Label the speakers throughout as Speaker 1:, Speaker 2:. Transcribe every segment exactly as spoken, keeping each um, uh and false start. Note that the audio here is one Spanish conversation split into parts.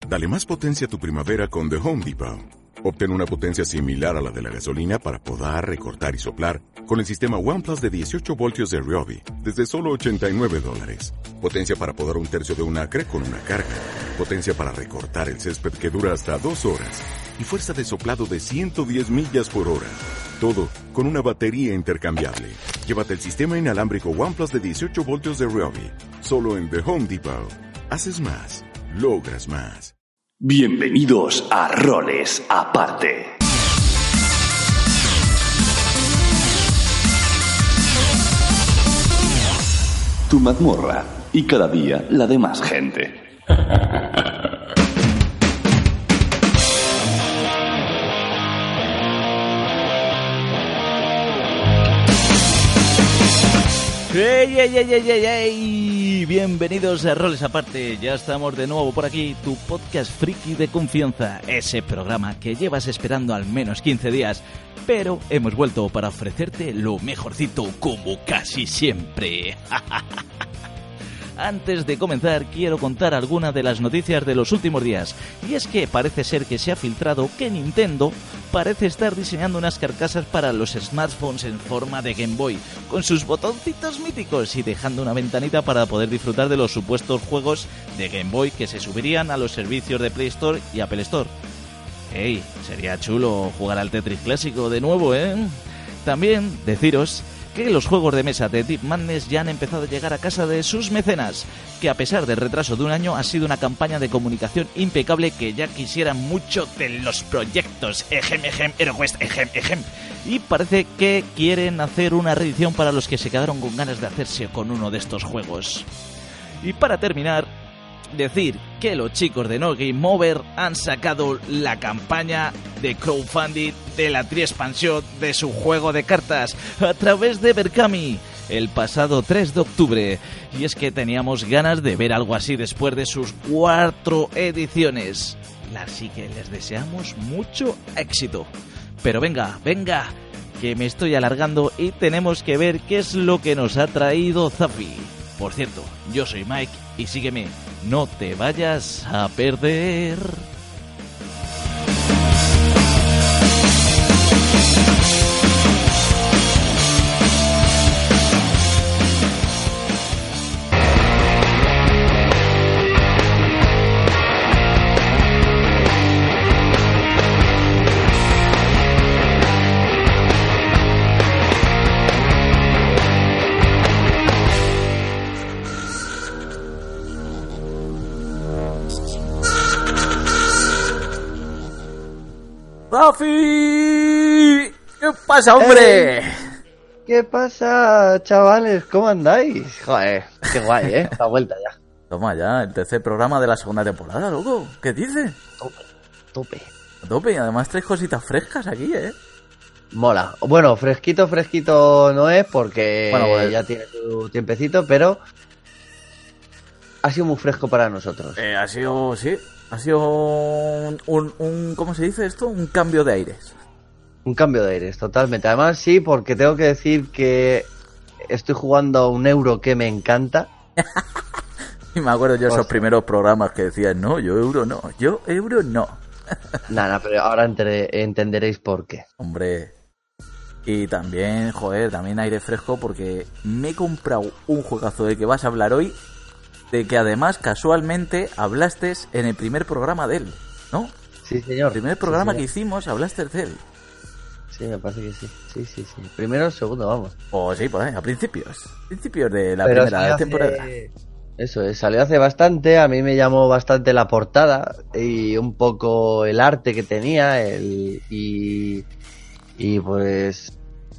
Speaker 1: Dale más potencia a tu primavera con The Home Depot. Obtén una potencia similar a la de la gasolina para podar, recortar y soplar con el sistema OnePlus de dieciocho voltios de Ryobi desde solo ochenta y nueve dólares. Potencia para podar un tercio de un acre con una carga. Potencia para recortar el césped que dura hasta dos horas. Y fuerza de soplado de ciento diez millas por hora. Todo con una batería intercambiable. Llévate el sistema inalámbrico OnePlus de dieciocho voltios de Ryobi. Solo en The Home Depot. Haces más. Logras más.
Speaker 2: Bienvenidos a Roles Aparte. Tu mazmorra y cada día la de más gente.
Speaker 3: ¡Ey, ey, ey, ey, ey, ey! Bienvenidos a Roles Aparte, ya estamos de nuevo por aquí, tu podcast friki de confianza, ese programa que llevas esperando al menos quince días, pero hemos vuelto para ofrecerte lo mejorcito como casi siempre. Antes de comenzar, quiero contar algunas de las noticias de los últimos días. Y es que parece ser que se ha filtrado que Nintendo parece estar diseñando unas carcasas para los smartphones en forma de Game Boy, con sus botoncitos míticos y dejando una ventanita para poder disfrutar de los supuestos juegos de Game Boy que se subirían a los servicios de Play Store y Apple Store. ¡Ey! Sería chulo jugar al Tetris clásico de nuevo, ¿eh? También deciros que los juegos de mesa de Deep Madness ya han empezado a llegar a casa de sus mecenas, que a pesar del retraso de un año ha sido una campaña de comunicación impecable que ya quisieran mucho de los proyectos. Ejem, ejem, HeroQuest, ejem, ejem. Y parece que quieren hacer una reedición para los que se quedaron con ganas de hacerse con uno de estos juegos. Y para terminar, decir que los chicos de No Game Over han sacado la campaña de crowdfunding de la tri-expansión de su juego de cartas a través de Berkami el pasado tres de octubre. Y es que teníamos ganas de ver algo así después de sus cuatro ediciones. Así que les deseamos mucho éxito. Pero venga, venga, que me estoy alargando y tenemos que ver qué es lo que nos ha traído Zafi. Por cierto, yo soy Mike y sígueme, no te vayas a perder. ¡Rafi! ¿Qué pasa, hombre?
Speaker 4: ¡Eh! ¿Qué pasa, chavales? ¿Cómo andáis? Joder, qué guay, ¿eh? La vuelta ya.
Speaker 3: Toma ya, el tercer programa de la segunda temporada, loco. ¿Qué dices?
Speaker 4: Tope, tope.
Speaker 3: Tope, y además traes cositas frescas aquí, ¿eh?
Speaker 4: Mola. Bueno, fresquito, fresquito no es porque
Speaker 3: bueno, pues
Speaker 4: ya tiene su tiempecito, pero ha sido muy fresco para nosotros.
Speaker 3: Eh, ha sido, sí, ha sido un, un, un, ¿cómo se dice esto? Un cambio de aires.
Speaker 4: Un cambio de aires, totalmente. Además, sí, porque tengo que decir que estoy jugando a un euro que me encanta.
Speaker 3: Y me acuerdo yo
Speaker 4: o
Speaker 3: esos
Speaker 4: sea,
Speaker 3: primeros programas que decían, no, yo euro no, yo euro no.
Speaker 4: Nada, pero ahora entre, entenderéis por qué.
Speaker 3: Hombre, y también, joder, también aire fresco porque me he comprado un juegazo de que vas a hablar hoy, de que además casualmente hablaste en el primer programa de él, ¿no?
Speaker 4: Sí, señor.
Speaker 3: El primer programa
Speaker 4: sí,
Speaker 3: que hicimos hablaste de él.
Speaker 4: Sí, me parece que sí. Sí, sí, sí. Primero o segundo, vamos.
Speaker 3: O sí, por ahí, a principios. Principios de la
Speaker 4: Pero
Speaker 3: primera
Speaker 4: hace...
Speaker 3: temporada.
Speaker 4: Eso es, salió hace bastante, a mí me llamó bastante la portada y un poco el arte que tenía el y, y pues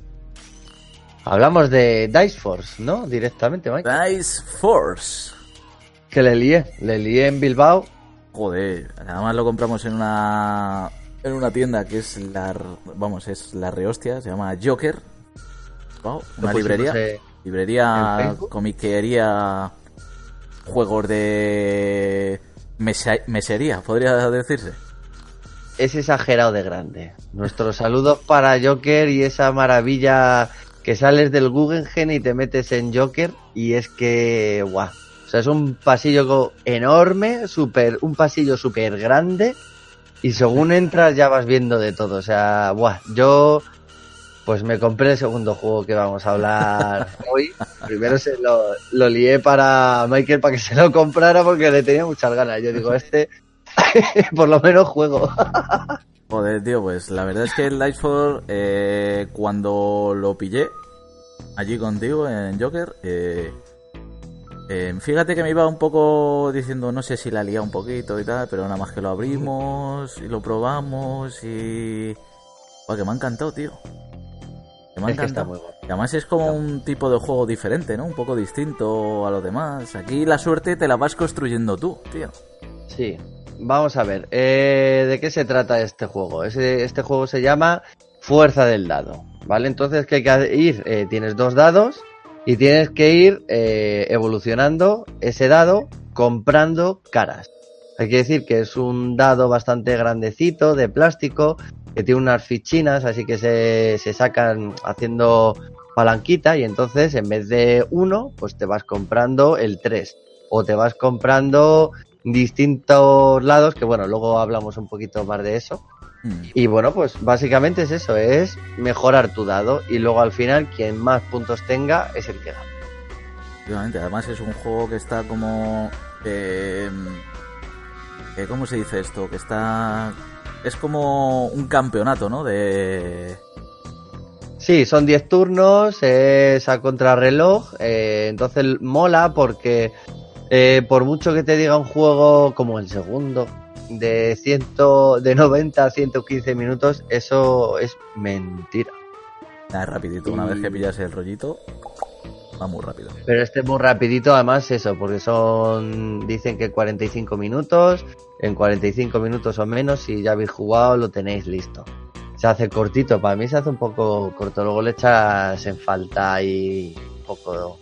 Speaker 4: hablamos de Dice Force, ¿no? Directamente, Mike.
Speaker 3: Dice Force.
Speaker 4: Que le lié, le lié en Bilbao.
Speaker 3: Joder, además lo compramos en una en una tienda que es la, vamos, es la rehostia, se llama Joker. Wow, una librería,
Speaker 4: eh,
Speaker 3: librería, comiquería, juegos de mesa, mesería, podría decirse.
Speaker 4: Es exagerado de grande. Nuestros saludos para Joker y esa maravilla que sales del Guggenheim y te metes en Joker y es que, guau, sea, es un pasillo enorme, super, un pasillo súper grande, y según entras ya vas viendo de todo. O sea, buah, yo pues me compré el segundo juego que vamos a hablar hoy. Primero se lo, lo lié para Michael para que se lo comprara porque le tenía muchas ganas. Yo digo, este por lo menos juego.
Speaker 3: Joder, tío, pues la verdad es que el Lightfall, eh, cuando lo pillé allí contigo en Joker, eh, eh, fíjate que me iba un poco diciendo, no sé si la lía un poquito y tal, pero nada más que lo abrimos y lo probamos y... Joder, que me ha encantado, tío. Que me ha
Speaker 4: Es que está
Speaker 3: encantado.
Speaker 4: muy bueno.
Speaker 3: Y además es como un tipo de juego diferente, ¿no? Un poco distinto a los demás. Aquí la suerte te la vas construyendo tú, tío.
Speaker 4: Sí. Vamos a ver, eh, ¿de qué se trata este juego? Este, este juego se llama Fuerza del Dado, ¿vale? Entonces, ¿qué hay que ir? Eh, tienes dos dados y tienes que ir eh, evolucionando ese dado comprando caras. Hay que decir que es un dado bastante grandecito, de plástico, que tiene unas fichinas, así que se, se sacan haciendo palanquita y entonces en vez de uno, pues te vas comprando el tres o te vas comprando... distintos lados, que bueno, luego hablamos un poquito más de eso. Mm. Y bueno, pues básicamente es eso, es mejorar tu dado y luego al final quien más puntos tenga es el que gana.
Speaker 3: Efectivamente, además es un juego que está como... Eh, eh, ¿Cómo se dice esto? Que está... Es como un campeonato, ¿no? De...
Speaker 4: Sí, son diez turnos, es a contrarreloj, eh, entonces mola porque... Eh, por mucho que te diga un juego como el segundo, de ciento, de noventa a ciento quince minutos, eso es mentira.
Speaker 3: Ah, es rapidito, una y... vez que pillas el rollito, va muy rápido.
Speaker 4: Pero este es muy rapidito, además eso, porque son, dicen que cuarenta y cinco minutos, en cuarenta y cinco minutos o menos, si ya habéis jugado, lo tenéis listo. Se hace cortito, para mí se hace un poco corto, luego le echas en falta y un poco...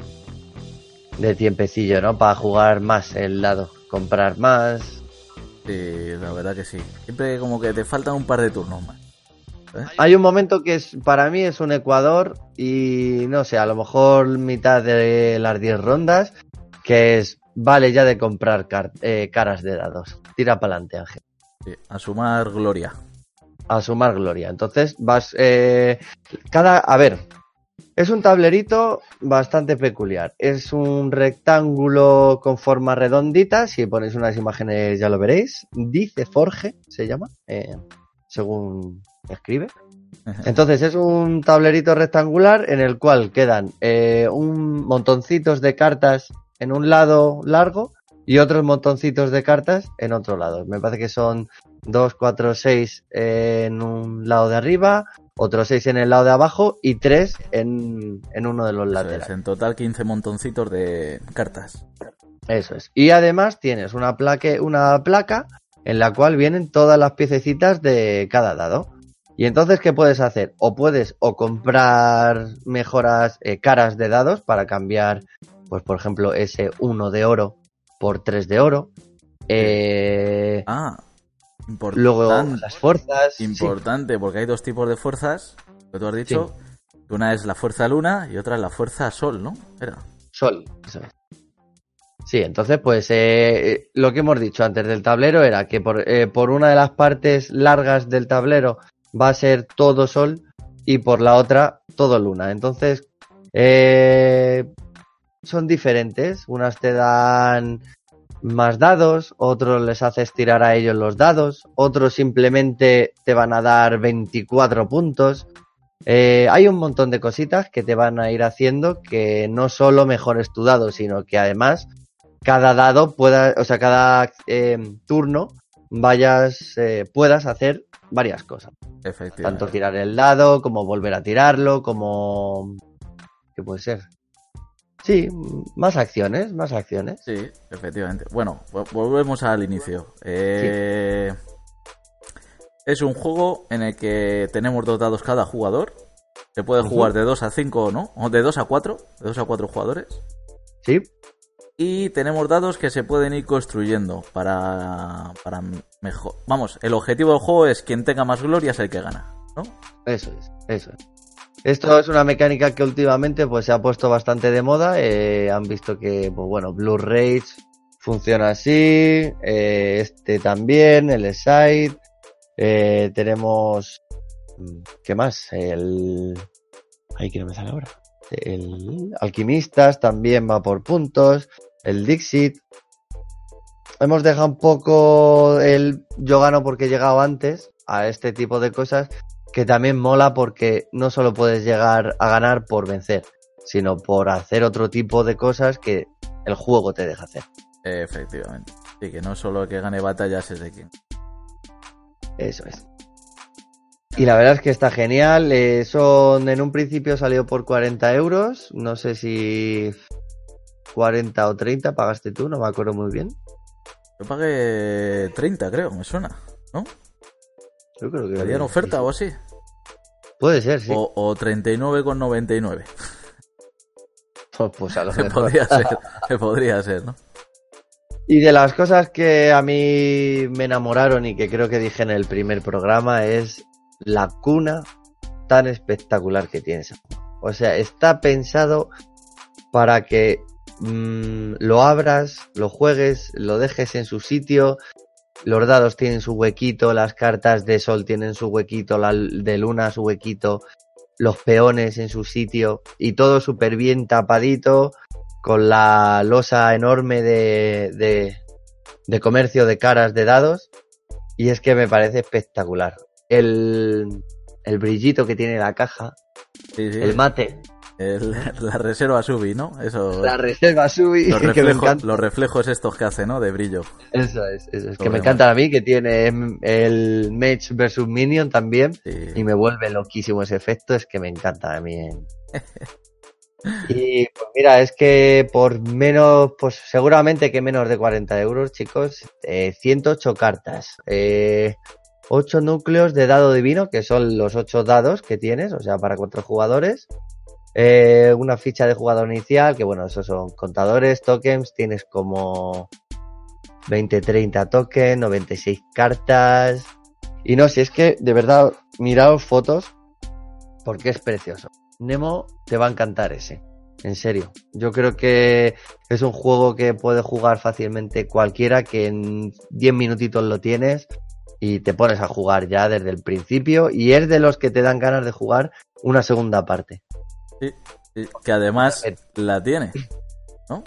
Speaker 4: de tiempecillo, ¿no? Para jugar más el dado, comprar más.
Speaker 3: Sí, la verdad que sí. Siempre como que te faltan un par de turnos más. ¿Eh?
Speaker 4: Hay un momento que es para mí es un ecuador y no sé, a lo mejor mitad de las diez rondas, que es vale ya de comprar car eh, caras de dados. Tira para adelante, Ángel.
Speaker 3: Sí, a sumar gloria.
Speaker 4: A sumar gloria. Entonces vas... Eh, cada... A ver... Es un tablerito bastante peculiar. Es un rectángulo con forma redondita. Si ponéis unas imágenes ya lo veréis. Dice Forge, se llama, eh, según escribe. Entonces es un tablerito rectangular en el cual quedan eh, un montoncitos de cartas en un lado largo y otros montoncitos de cartas en otro lado. Me parece que son dos, cuatro, seis en un lado de arriba, otros seis en el lado de abajo y tres en, en uno de los laterales.
Speaker 3: Eso es, en total quince montoncitos de cartas.
Speaker 4: Eso es. Y además tienes una, plaque, una placa en la cual vienen todas las piececitas de cada dado. Y entonces, ¿qué puedes hacer? O puedes o comprar mejoras, eh, caras de dados para cambiar, pues por ejemplo, ese uno de oro por tres de oro. Eh...
Speaker 3: Ah, importante.
Speaker 4: Luego las fuerzas.
Speaker 3: Importante, sí. Porque hay dos tipos de fuerzas, que tú has dicho. Sí. Una es la fuerza luna y otra es la fuerza sol, ¿no? Era.
Speaker 4: Sol, eso es. Sí, entonces pues eh, lo que hemos dicho antes del tablero era que por, eh, por una de las partes largas del tablero va a ser todo sol y por la otra todo luna. Entonces eh, son diferentes. Unas te dan más dados, otros les haces tirar a ellos los dados, otros simplemente te van a dar veinticuatro puntos. Eh, hay un montón de cositas que te van a ir haciendo que no solo mejores tu dado, sino que además cada dado pueda, o sea, cada eh, turno vayas, eh, puedas hacer varias cosas.
Speaker 3: Efectivamente.
Speaker 4: Tanto tirar el dado, como volver a tirarlo, como... ¿Qué puede ser? Sí, más acciones, más acciones.
Speaker 3: Sí, efectivamente. Bueno, volvemos al inicio. Eh... Sí. Es un juego en el que tenemos dos dados cada jugador. Se puede uh-huh. jugar de dos a cinco, ¿no? O de dos a cuatro. De dos a cuatro jugadores.
Speaker 4: Sí.
Speaker 3: Y tenemos dados que se pueden ir construyendo para, para mejor. Vamos, el objetivo del juego es quien tenga más gloria es el que gana, ¿no?
Speaker 4: Eso es, eso es. Esto es una mecánica que últimamente pues se ha puesto bastante de moda. Eh, han visto que, pues bueno, Blu-rays funciona así, eh, este también, el Side, eh, tenemos, ¿qué más? El, ay, que no me sale ahora. El Alquimistas también va por puntos, el Dixit. Hemos dejado un poco el yo gano porque he llegado antes a este tipo de cosas, que también mola porque no solo puedes llegar a ganar por vencer, sino por hacer otro tipo de cosas que el juego te deja hacer.
Speaker 3: Efectivamente. Sí, que no solo el que gane batallas es de quien.
Speaker 4: Eso es. Y la verdad es que está genial. Eh, son, en un principio salió por cuarenta euros. No sé si cuarenta o treinta pagaste tú, no me acuerdo muy bien.
Speaker 3: Yo pagué treinta, creo, me suena, ¿no?
Speaker 4: Yo creo que...
Speaker 3: ¿Harían oferta sí. o así?
Speaker 4: Puede ser, sí.
Speaker 3: O, o treinta y nueve con noventa y nueve.
Speaker 4: Pues, pues a lo
Speaker 3: se
Speaker 4: mejor.
Speaker 3: podría ser, se podría ser, ¿no?
Speaker 4: Y de las cosas que a mí me enamoraron y que creo que dije en el primer programa es la cuna tan espectacular que tiene ese juego. O sea, está pensado para que mmm, lo abras, lo juegues, lo dejes en su sitio. Los dados tienen su huequito, las cartas de sol tienen su huequito, la de luna su huequito, los peones en su sitio y todo súper bien tapadito, con la losa enorme de, de, de comercio de caras de dados, y es que me parece espectacular. El, el brillito que tiene la caja,
Speaker 3: sí, sí,
Speaker 4: el mate.
Speaker 3: El, la reserva Subi, ¿no? Eso.
Speaker 4: La reserva Subi.
Speaker 3: Los,
Speaker 4: que
Speaker 3: reflejo,
Speaker 4: me encanta.
Speaker 3: Los reflejos estos que hace, ¿no? De brillo.
Speaker 4: Eso es, eso es. Que me encantan a mí, que tiene el Mage versus Minion también.
Speaker 3: Sí.
Speaker 4: Y me vuelve loquísimo ese efecto, es que me encanta a mí. Y pues mira, es que por menos, pues seguramente que menos de cuarenta euros, chicos, eh, ciento ocho cartas, eh, ocho núcleos de dado divino, que son los ocho dados que tienes, o sea, para cuatro jugadores, eh, una ficha de jugador inicial, que bueno, esos son contadores, tokens, tienes como veinte, treinta tokens, noventa y seis cartas, y no sé, es que de verdad, miraos fotos, porque es precioso. Nemo te va a encantar ese, en serio. Yo creo que es un juego que puede jugar fácilmente cualquiera, que en diez minutitos lo tienes y te pones a jugar ya desde el principio, y es de los que te dan ganas de jugar una segunda parte.
Speaker 3: Sí, sí, que además la tiene, ¿no?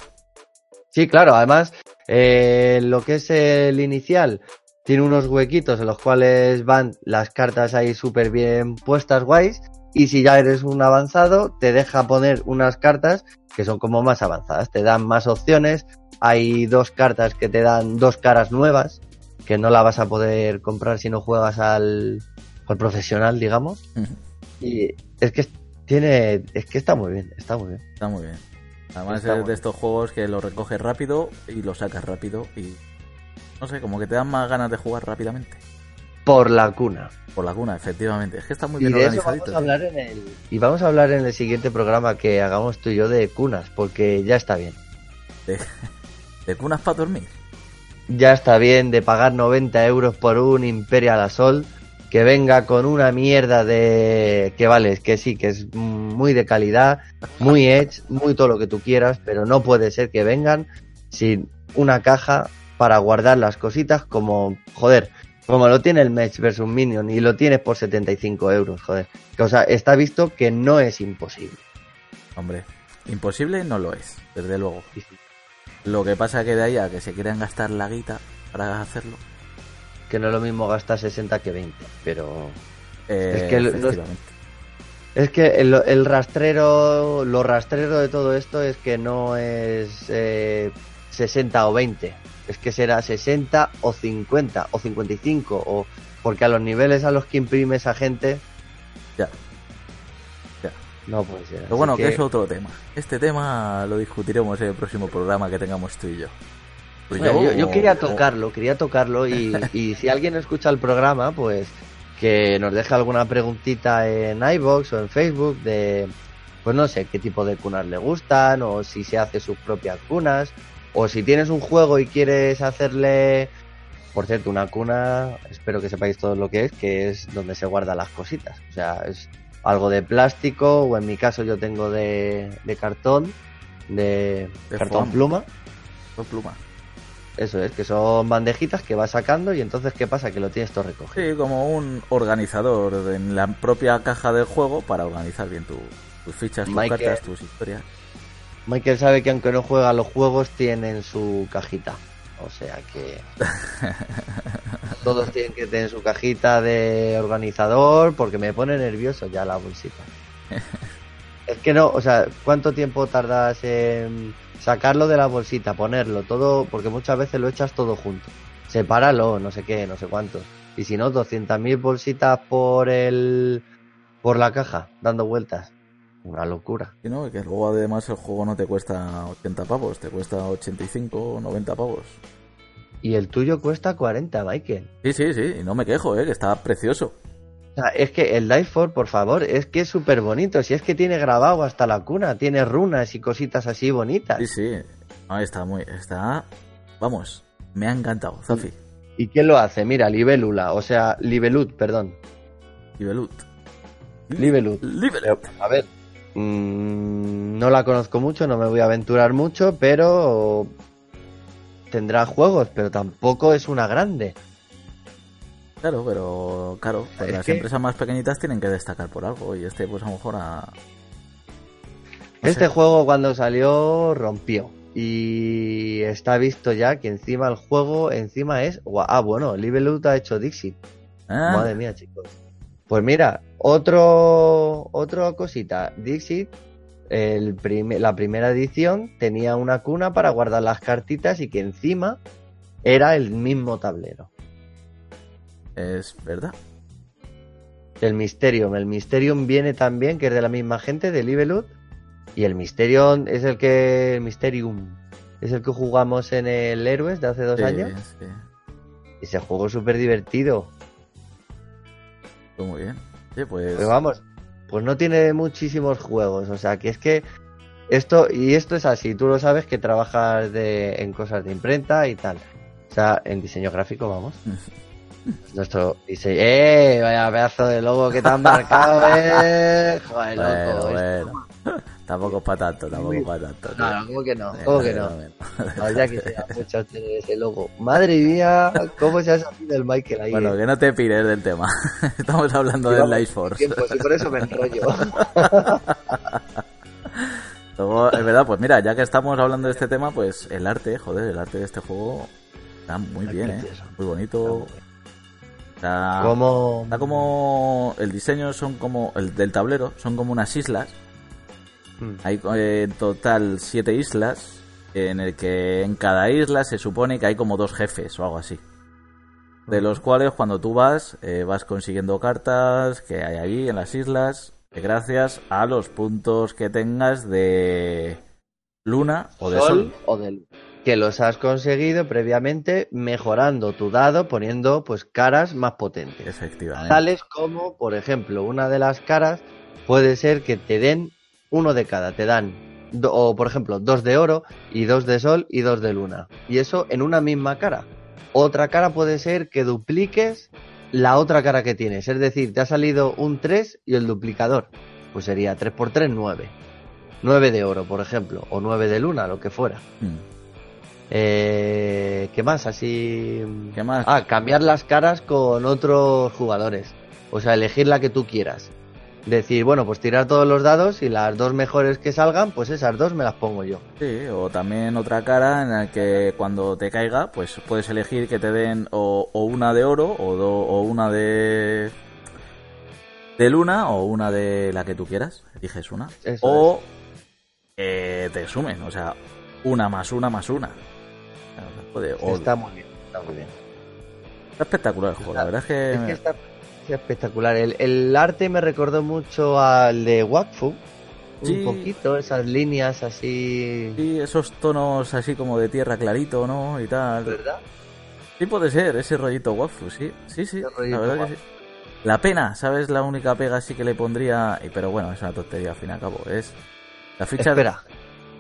Speaker 4: Sí, claro, además eh, lo que es el inicial tiene unos huequitos en los cuales van las cartas ahí súper bien puestas, guays. Y si ya eres un avanzado, te deja poner unas cartas que son como más avanzadas, te dan más opciones. Hay dos cartas que te dan dos caras nuevas, que no la vas a poder comprar si no juegas al, al profesional, digamos. Uh-huh. Y es que tiene, es que está muy bien, está muy bien.
Speaker 3: Está muy bien. Además está es de bien. Estos juegos que lo recoges rápido y lo sacas rápido y no sé, como que te dan más ganas de jugar rápidamente.
Speaker 4: Por la cuna.
Speaker 3: Por la cuna, efectivamente. Es que está muy bien
Speaker 4: y de
Speaker 3: organizadito.
Speaker 4: Eso vamos a hablar en el, y vamos a hablar en el siguiente programa que hagamos tú y yo de cunas, porque ya está bien.
Speaker 3: ¿De, de cunas para dormir?
Speaker 4: Ya está bien de pagar noventa euros por un Imperial Assault, que venga con una mierda de... que vale, que sí, que es muy de calidad, muy edge, muy todo lo que tú quieras, pero no puede ser que vengan sin una caja para guardar las cositas como... joder... como lo tiene el Mage versus Minion y lo tienes por setenta y cinco euros, joder. O sea, está visto que no es imposible.
Speaker 3: Hombre, imposible no lo es, desde luego. Sí, sí. Lo que pasa que de ahí a que se quieran gastar la guita para hacerlo.
Speaker 4: Que no es lo mismo gastar sesenta que veinte, pero...
Speaker 3: Eh,
Speaker 4: es que el, los, es que el, el rastrero, lo rastrero de todo esto es que no es eh, sesenta o veinte. Es que será sesenta o cincuenta o cincuenta y cinco, o porque a los niveles a los que imprime esa gente
Speaker 3: ya ya
Speaker 4: no puede ser.
Speaker 3: Pero bueno, que... que es otro tema. Este tema lo discutiremos en el próximo programa que tengamos tú y yo.
Speaker 4: Pues bueno, yo, yo, yo quería tocarlo, quería tocarlo y, y si alguien escucha el programa, pues que nos deje alguna preguntita en iVoox o en Facebook de, pues no sé, qué tipo de cunas le gustan, o si se hace sus propias cunas. O si tienes un juego y quieres hacerle, por cierto, una cuna, espero que sepáis todo lo que es, que es donde se guardan las cositas. O sea, es algo de plástico, o en mi caso yo tengo de, de cartón, de,
Speaker 3: De
Speaker 4: cartón
Speaker 3: foam.
Speaker 4: pluma.
Speaker 3: Con pluma.
Speaker 4: Eso es, que son bandejitas que vas sacando y entonces ¿qué pasa? Que lo tienes todo recogido.
Speaker 3: Sí, como un organizador en la propia caja del juego para organizar bien tu, tus fichas, tus
Speaker 4: Michael.
Speaker 3: cartas, tus historias.
Speaker 4: Michael sabe que aunque no juega a los juegos, tienen su cajita. O sea que todos tienen que tener su cajita de organizador porque me pone nervioso ya la bolsita. Es que no, o sea, ¿cuánto tiempo tardas en sacarlo de la bolsita, ponerlo todo? Porque muchas veces lo echas todo junto. Sepáralo, no sé qué, no sé cuántos. Y si no, doscientas mil bolsitas por el por la caja, dando vueltas. Una locura.
Speaker 3: Y no, que luego además el juego no te cuesta ochenta pavos, te cuesta ochenta y cinco, noventa pavos.
Speaker 4: Y el tuyo cuesta cuarenta, Michael.
Speaker 3: Sí, sí, sí, y no me quejo, eh, que está precioso.
Speaker 4: O sea, es que el Dive For, por favor, es que es súper bonito. Si es que tiene grabado hasta la cuna, tiene runas y cositas así bonitas.
Speaker 3: Sí, sí. No, está muy... Está... Vamos, me ha encantado, Zafi.
Speaker 4: ¿Y quién lo hace? Mira, Libélula, o sea, Libelut, perdón.
Speaker 3: Libelut.
Speaker 4: Libelut.
Speaker 3: Libelut.
Speaker 4: A ver, mmm, no la conozco mucho, no me voy a aventurar mucho, pero tendrá juegos, pero tampoco es una grande.
Speaker 3: Claro, pero claro, pues
Speaker 4: Es
Speaker 3: las
Speaker 4: que-
Speaker 3: empresas más pequeñitas tienen que destacar por algo y este pues a lo mejor a... no
Speaker 4: Este
Speaker 3: sé.
Speaker 4: juego cuando salió rompió. Y está visto ya que encima el juego encima es... gua- Ah, bueno, Libelut ha hecho Dixit.
Speaker 3: Ah,
Speaker 4: Madre mía, chicos. Pues mira, otro otra cosita. Dixit, el prim- la primera edición tenía una cuna para guardar las cartitas y que encima era el mismo tablero.
Speaker 3: es verdad.
Speaker 4: El Mysterium. El Mysterium viene también, que es de la misma gente, de Libelut. Y el Mysterium es el que... El Mysterium es el que jugamos en el Héroes de hace dos
Speaker 3: Sí,
Speaker 4: años.
Speaker 3: sí,
Speaker 4: Ese juego es súper divertido.
Speaker 3: fue muy bien. Sí, pues...
Speaker 4: Pero vamos, pues no tiene muchísimos juegos. O sea, que es que esto... Y esto es así. Tú lo sabes que trabajas de, en cosas de imprenta y tal. O sea, en diseño gráfico, vamos. Nuestro diseño... ¡Eh! Vaya pedazo de logo que te han marcado, eh. Joder,
Speaker 3: Bueno,
Speaker 4: loco.
Speaker 3: bueno. Tampoco es para tanto, tampoco es para tanto. tío.
Speaker 4: No, no, ¿cómo que no?
Speaker 3: Eh,
Speaker 4: ¿Cómo que no?
Speaker 3: bueno.
Speaker 4: Vaya que sea mucho tener ese logo. Madre mía, ¿cómo se ha salido el Michael ahí?
Speaker 3: Bueno,
Speaker 4: eh?
Speaker 3: que no te pires del tema. Estamos hablando del
Speaker 4: Llevamos
Speaker 3: Life Force.
Speaker 4: tiempo, y por eso me enrollo.
Speaker 3: Luego, es verdad, pues mira, ya que estamos hablando de este tema, pues el arte, joder, el arte de este juego está muy
Speaker 4: Está
Speaker 3: bien, ¿eh?
Speaker 4: precioso.
Speaker 3: Muy bonito. Está,
Speaker 4: ¿Cómo?
Speaker 3: está como... El diseño son como... El del tablero son como unas islas.
Speaker 4: Mm.
Speaker 3: Hay eh, en total siete islas, en el que en cada isla se supone que hay como dos jefes o algo así. De los cuales cuando tú vas, eh, vas consiguiendo cartas que hay ahí en las islas, eh, gracias a los puntos que tengas de luna o de sol.
Speaker 4: o de luz. Que los has conseguido previamente mejorando tu dado, poniendo pues caras más potentes.
Speaker 3: Efectivamente.
Speaker 4: Tales como, por ejemplo, una de las caras puede ser que te den uno de cada. Te dan, do- o por ejemplo, dos de oro y dos de sol y dos de luna. Y eso en una misma cara. Otra cara puede ser que dupliques la otra cara que tienes. Es decir, te ha salido un tres y el duplicador. Pues sería tres por tres, nueve. nueve de oro, por ejemplo. O nueve de luna, lo que fuera.
Speaker 3: Mm.
Speaker 4: Eh, ¿Qué más? Así.
Speaker 3: ¿Qué más?
Speaker 4: Ah, cambiar las caras con otros jugadores. O sea, elegir la que tú quieras. Decir, bueno, pues tirar todos los dados y las dos mejores que salgan, pues esas dos me las pongo yo.
Speaker 3: Sí, o también otra cara en la que cuando te caiga, pues puedes elegir que te den o, o una de oro o, do- o una de de luna o una de la que tú quieras, eliges una.
Speaker 4: Eso
Speaker 3: o eh, te sumen, o sea, una más una más una. O sea, puede- o-
Speaker 4: Está muy bien, está muy bien.
Speaker 3: está espectacular el juego, la verdad es que,
Speaker 4: Es que está espectacular. El, el arte me recordó mucho al de Wakfu.
Speaker 3: Sí.
Speaker 4: Un poquito, esas líneas así.
Speaker 3: sí, esos tonos así como de tierra clarito, ¿no? Y tal.
Speaker 4: ¿Verdad?
Speaker 3: Sí puede ser, ese rollito wafu, sí, sí, sí,
Speaker 4: Ese
Speaker 3: la
Speaker 4: rollito
Speaker 3: verdad que
Speaker 4: wafu.
Speaker 3: sí. La pena, ¿sabes? La única pega sí que le pondría, y pero bueno, es una tontería al fin y al cabo, es la ficha de-
Speaker 4: Espera.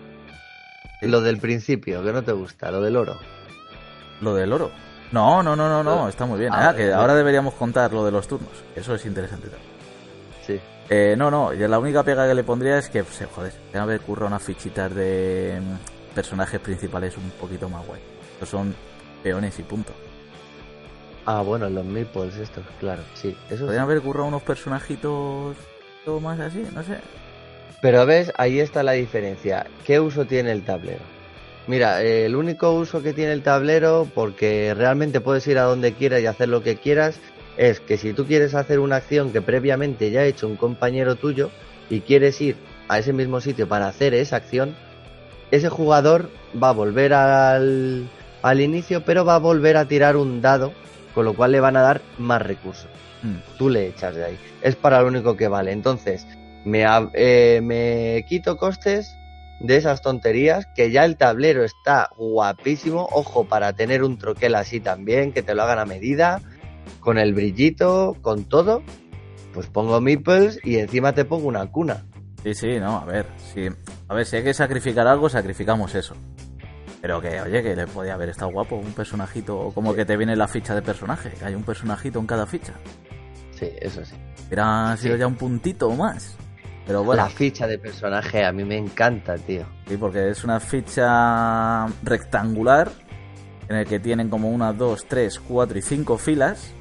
Speaker 4: Lo del principio, que no te gusta, lo del oro.
Speaker 3: lo del oro. No, no, no, no, no, está muy bien.
Speaker 4: Ah,
Speaker 3: Ah, que
Speaker 4: vale.
Speaker 3: ahora deberíamos contar lo de los turnos, eso es interesante también.
Speaker 4: Sí.
Speaker 3: Eh, no, no, yo la única pega que le pondría es que, pues, joder, tengo que haber currado unas fichitas de mm, personajes principales un poquito más guay. Estos son peones y punto.
Speaker 4: Ah, bueno, los meeples estos, claro, sí. Eso
Speaker 3: Podrían
Speaker 4: sí.
Speaker 3: haber currado unos personajitos todo más así, no sé.
Speaker 4: Pero ves, ahí está la diferencia. ¿Qué uso tiene el tablero? Mira, eh, el único uso que tiene el tablero, porque realmente puedes ir a donde quieras y hacer lo que quieras, es que si tú quieres hacer una acción que previamente ya ha hecho un compañero tuyo y quieres ir a ese mismo sitio para hacer esa acción, ese jugador va a volver al, al inicio, pero va a volver a tirar un dado, con lo cual le van a dar más recursos.
Speaker 3: Mm.
Speaker 4: Tú le echas de ahí. Es para lo único que vale. Entonces, me, ha- eh, me quito costes de esas tonterías, que ya el tablero está guapísimo. Ojo, para tener un troquel así también, que te lo hagan a medida, con el brillito, con todo. Pues pongo meeples y encima te pongo una cuna.
Speaker 3: Sí, sí, no, a ver, sí. A ver, si hay que sacrificar algo, sacrificamos eso. Pero que, oye, que le podía haber estado guapo un personajito, como que te viene la ficha de personaje, que hay un personajito en cada ficha.
Speaker 4: Sí, eso sí.
Speaker 3: Hubiera sido
Speaker 4: Sí.
Speaker 3: ya un puntito o más. Pero bueno,
Speaker 4: La ficha de personaje a mí me encanta, tío.
Speaker 3: sí, porque es una ficha rectangular en el que tienen como una, dos, tres, cuatro y cinco filas.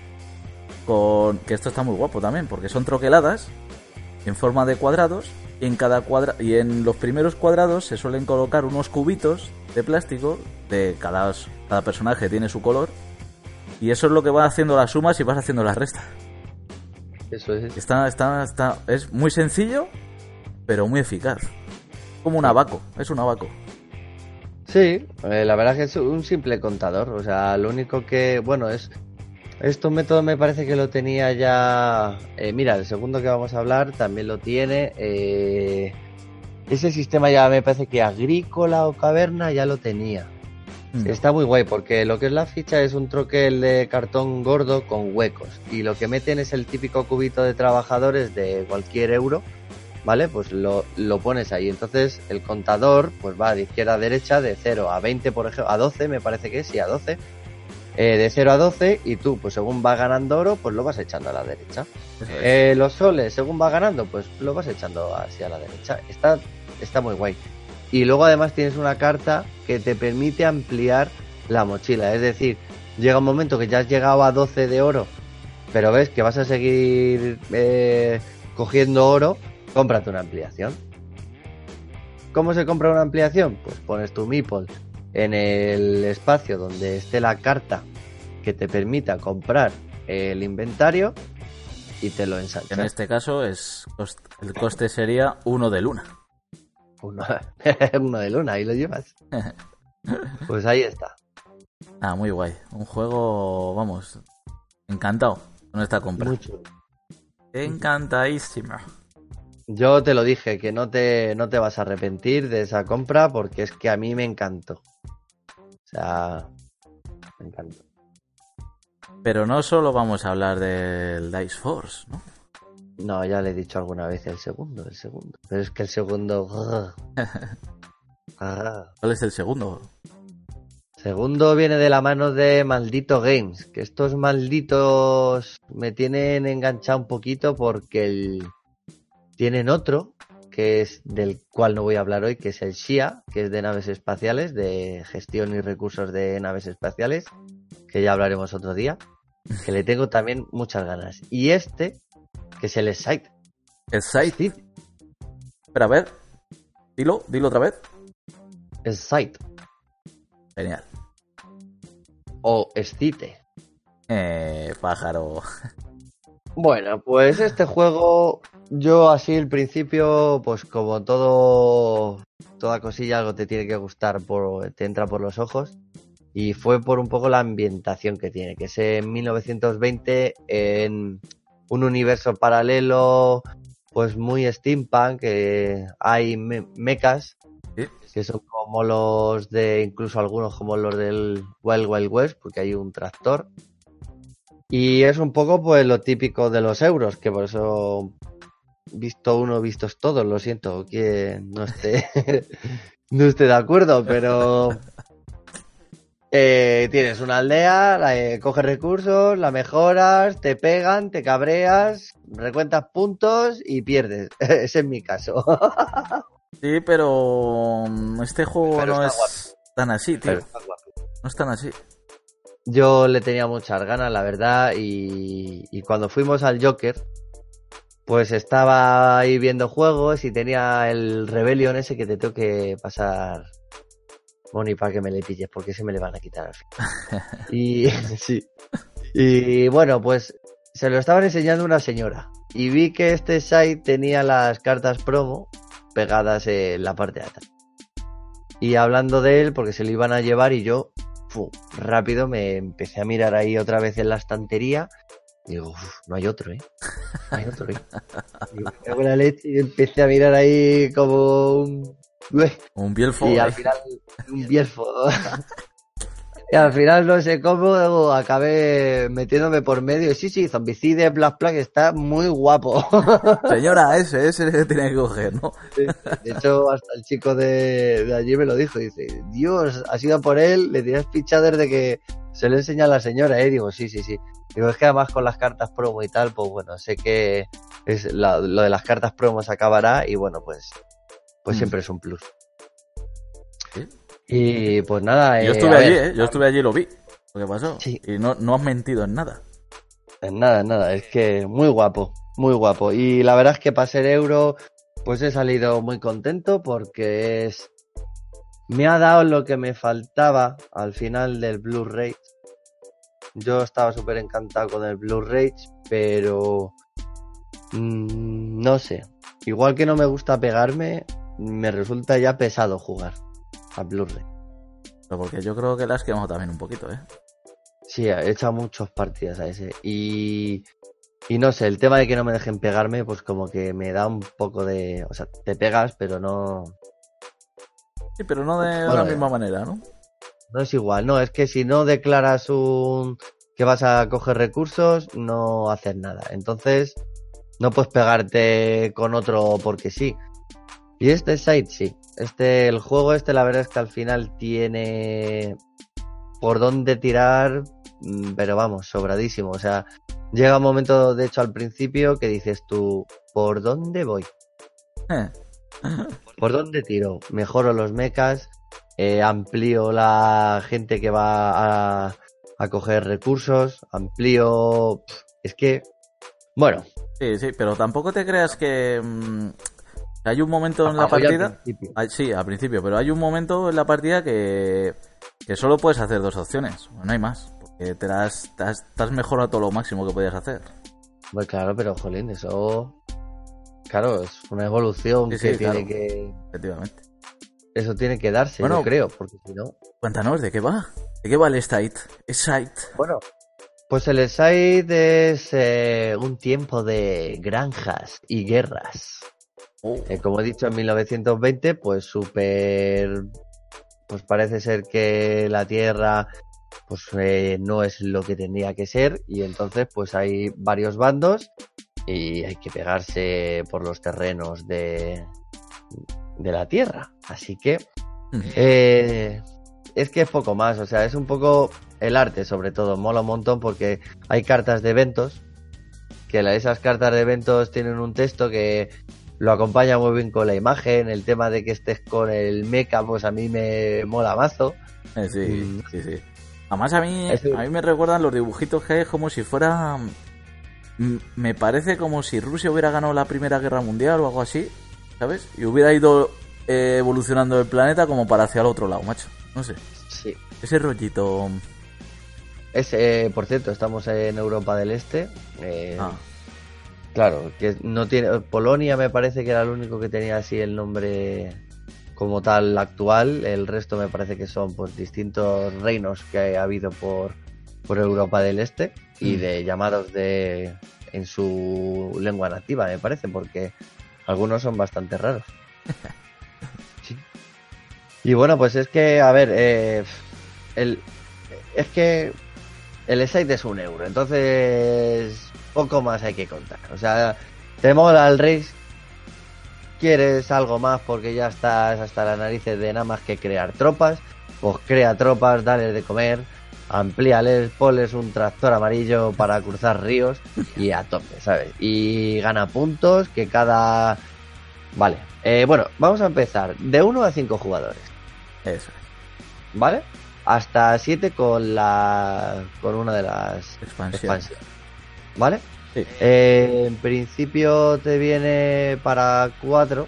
Speaker 3: Con que esto está muy guapo también, porque son troqueladas en forma de cuadrados y en cada cuadra y en los primeros cuadrados se suelen colocar unos cubitos de plástico de cada, cada personaje tiene su color y eso es lo que va haciendo las sumas y vas haciendo las restas.
Speaker 4: Eso es.
Speaker 3: Está, está, está, es muy sencillo, pero muy eficaz. Como un abaco, es un abaco.
Speaker 4: Sí, eh, la verdad que es un simple contador. O sea, lo único que, bueno, es... Este método me parece que lo tenía ya... eh, mira, el segundo que vamos a hablar también lo tiene. eh, Ese sistema ya me parece que Agrícola o Caverna ya lo tenía.
Speaker 3: Mm.
Speaker 4: Está muy guay porque lo que es la ficha es un troquel de cartón gordo con huecos. Y lo que meten es el típico cubito de trabajadores de cualquier euro. ¿Vale? Pues lo, lo pones ahí. Entonces el contador pues va de izquierda a derecha de cero a veinte, por ejemplo, a doce me parece que es, sí, a doce. Eh, de cero a doce y tú, pues según va ganando oro, pues lo vas echando a la derecha.
Speaker 3: Eso es.
Speaker 4: Eh, los soles, según va ganando, pues lo vas echando así a la derecha. Está, está muy guay. Y luego además tienes una carta que te permite ampliar la mochila. Es decir, llega un momento que ya has llegado a doce de oro, pero ves que vas a seguir eh, cogiendo oro, cómprate una ampliación. ¿Cómo se compra una ampliación? Pues pones tu meeple en el espacio donde esté la carta que te permita comprar el inventario y te lo ensanchas.
Speaker 3: En este caso es cost- el coste sería uno de luna.
Speaker 4: Uno, uno de luna, ahí lo llevas. Pues ahí está.
Speaker 3: Ah, muy guay. Un juego, vamos, encantado con esta compra.
Speaker 4: Mucho.
Speaker 3: Encantadísimo.
Speaker 4: Yo te lo dije, que no te, no te vas a arrepentir de esa compra porque es que a mí me encantó. O sea, me encantó.
Speaker 3: Pero no solo vamos a hablar del Dice Force, ¿no?
Speaker 4: No, ya le he dicho alguna vez el segundo, el segundo. Pero es que el segundo... Ah.
Speaker 3: ¿Cuál es el segundo?
Speaker 4: Segundo viene de la mano de Maldito Games, que estos malditos me tienen enganchado un poquito porque el... tienen otro, que es del cual no voy a hablar hoy, que es el Shia, que es de naves espaciales, de gestión y recursos de naves espaciales, que ya hablaremos otro día, que le tengo también muchas ganas. Y este, que es el Scythe.
Speaker 3: ¿El Scythe?
Speaker 4: Scythe.
Speaker 3: Espera, a ver. Dilo, dilo otra vez.
Speaker 4: Scythe.
Speaker 3: Genial.
Speaker 4: O Scythe.
Speaker 3: Eh, pájaro.
Speaker 4: Bueno, pues este juego, yo así al principio, pues como todo, toda cosilla, algo te tiene que gustar, por, te entra por los ojos. Y fue por un poco la ambientación que tiene, que es en mil novecientos veinte, en un universo paralelo, pues muy steampunk, que hay me mechas,
Speaker 3: ¿Sí?
Speaker 4: que son como los de, incluso algunos como los del Wild Wild West, porque hay un tractor. Y es un poco pues lo típico de los euros, que por eso visto uno, vistos todos, lo siento, que no esté, no esté de acuerdo, pero Eh, tienes una aldea, la, eh, coges recursos, la mejoras, te pegan, te cabreas, recuentas puntos y pierdes. Ese es mi caso.
Speaker 3: Sí, pero este juego
Speaker 4: Pero
Speaker 3: no
Speaker 4: está
Speaker 3: es
Speaker 4: guapo.
Speaker 3: tan así, tío.
Speaker 4: Pero está guapo.
Speaker 3: No es tan así.
Speaker 4: Yo le tenía muchas ganas, la verdad, y, y cuando fuimos al Joker, pues estaba ahí viendo juegos y tenía el Rebellion ese que te tengo que pasar, Moni, para que me le pilles, porque se me le van a quitar al fin. Y sí. Y bueno, pues se lo estaban enseñando una señora y vi que este site tenía las cartas promo pegadas en la parte de atrás. Y hablando de él, porque se lo iban a llevar y yo, fu, rápido me empecé a mirar ahí otra vez en la estantería. Digo, uff, no hay otro, ¿eh? No hay otro, ¿eh? Digo, me cago en la leche y empecé a mirar ahí como un...
Speaker 3: Un bielfo.
Speaker 4: Y
Speaker 3: ¿eh?
Speaker 4: al final, un bielfo. Y al final, no sé cómo, acabé metiéndome por medio. Y sí, sí, Zombicide Black Plague está muy guapo.
Speaker 3: Señora, ese, ese se tiene que coger, ¿no?
Speaker 4: De hecho, hasta el chico de, de allí me lo dijo. Dice, Dios, has ido por él, le tienes fichado desde que se le enseña a la señora, ¿eh? Digo, sí, sí, sí. Digo, es que además con las cartas promo y tal, pues bueno, sé que es la, lo de las cartas promo se acabará y bueno, pues, pues mm. siempre es un plus.
Speaker 3: ¿Sí?
Speaker 4: Y pues nada,
Speaker 3: yo
Speaker 4: eh,
Speaker 3: estuve
Speaker 4: a
Speaker 3: allí,
Speaker 4: ver,
Speaker 3: ¿eh? Yo estuve allí y lo vi. Lo que pasó.
Speaker 4: Sí.
Speaker 3: Y no, no has mentido en nada.
Speaker 4: En nada, en nada. Es que muy guapo, muy guapo. Y la verdad es que para ser euro, pues he salido muy contento porque es... me ha dado lo que me faltaba al final del Blu-ray. Yo estaba súper encantado con el Blu-ray, pero... Mmm, no sé. Igual que no me gusta pegarme, me resulta ya pesado jugar a Blu-ray.
Speaker 3: Pero porque yo creo que la has quemado también un poquito, ¿eh?
Speaker 4: Sí, he echado muchas partidas a ese. Y, y no sé, el tema de que no me dejen pegarme, pues como que me da un poco de... O sea, te pegas, pero no...
Speaker 3: Sí, pero no de
Speaker 4: bueno,
Speaker 3: la misma manera, ¿no?
Speaker 4: No es igual, no, es que si no declaras un... que vas a coger recursos, no haces nada. Entonces, no puedes pegarte con otro porque sí. Y este site sí. Este, el juego este, la verdad es que al final tiene por dónde tirar, pero vamos, sobradísimo. O sea, llega un momento, de hecho, al principio que dices tú, ¿por dónde voy?
Speaker 3: Eh.
Speaker 4: ¿Por dónde tiro? Mejoro los mechas, eh, amplío la gente que va a, a coger recursos, amplío... Es que, bueno...
Speaker 3: Sí, sí, pero tampoco te creas que... Mmm... Hay un momento en la partida... Al sí, al principio, pero hay un momento en la partida que, que solo puedes hacer dos opciones. No hay más. Porque te has, te has, te has mejorado todo lo máximo que podías hacer.
Speaker 4: Pues claro, pero jolín, eso... Claro, es una evolución
Speaker 3: sí,
Speaker 4: que
Speaker 3: sí,
Speaker 4: tiene
Speaker 3: claro.
Speaker 4: que...
Speaker 3: Efectivamente.
Speaker 4: Eso tiene que darse,
Speaker 3: bueno,
Speaker 4: yo creo, porque si no...
Speaker 3: Cuéntanos, ¿de qué va? ¿De qué va el site? ¿Es site?
Speaker 4: Bueno, pues el site es eh, un tiempo de granjas y guerras.
Speaker 3: Oh.
Speaker 4: Eh, como he dicho, en mil novecientos veinte, pues súper... Pues parece ser que la Tierra pues eh, no es lo que tendría que ser y entonces pues hay varios bandos y hay que pegarse por los terrenos de, de la Tierra. Así que eh, es que es poco más, o sea, es un poco el arte sobre todo, mola un montón porque hay cartas de eventos, que la, esas cartas de eventos tienen un texto que lo acompaña muy bien con la imagen, el tema de que estés con el mecha, pues a mí me mola mazo.
Speaker 3: Eh, sí,
Speaker 4: mm.
Speaker 3: sí, sí. Además a mí,
Speaker 4: Eso...
Speaker 3: a mí me recuerdan los dibujitos que hay como si fuera... Me parece como si Rusia hubiera ganado la Primera Guerra Mundial o algo así, ¿sabes? Y hubiera ido eh, evolucionando el planeta como para hacia el otro lado, macho. No sé.
Speaker 4: Sí.
Speaker 3: Ese rollito...
Speaker 4: Es, eh, por cierto, estamos en Europa del Este. Eh,
Speaker 3: ah.
Speaker 4: Claro, que no tiene... Polonia me parece que era el único que tenía así el nombre como tal actual. El resto me parece que son pues distintos reinos que ha habido por, por Europa del Este y de llamados de en su lengua nativa, me parece, porque algunos son bastante raros. Sí. Y bueno, pues es que, a ver, eh, el, es que el site es un euro, entonces poco más hay que contar. O sea, te mola el Race, quieres algo más porque ya estás hasta las narices de nada más que crear tropas. pues crea tropas, dale de comer, amplíales, ponles un tractor amarillo para cruzar ríos y a tope, ¿sabes? Y gana puntos que cada... Vale, eh, bueno, vamos a empezar de uno a cinco jugadores.
Speaker 3: Eso.
Speaker 4: ¿Vale? Hasta siete con la con una de las
Speaker 3: Expansión.
Speaker 4: expansiones. ¿Vale?
Speaker 3: Sí.
Speaker 4: Eh, en principio te viene para cuatro.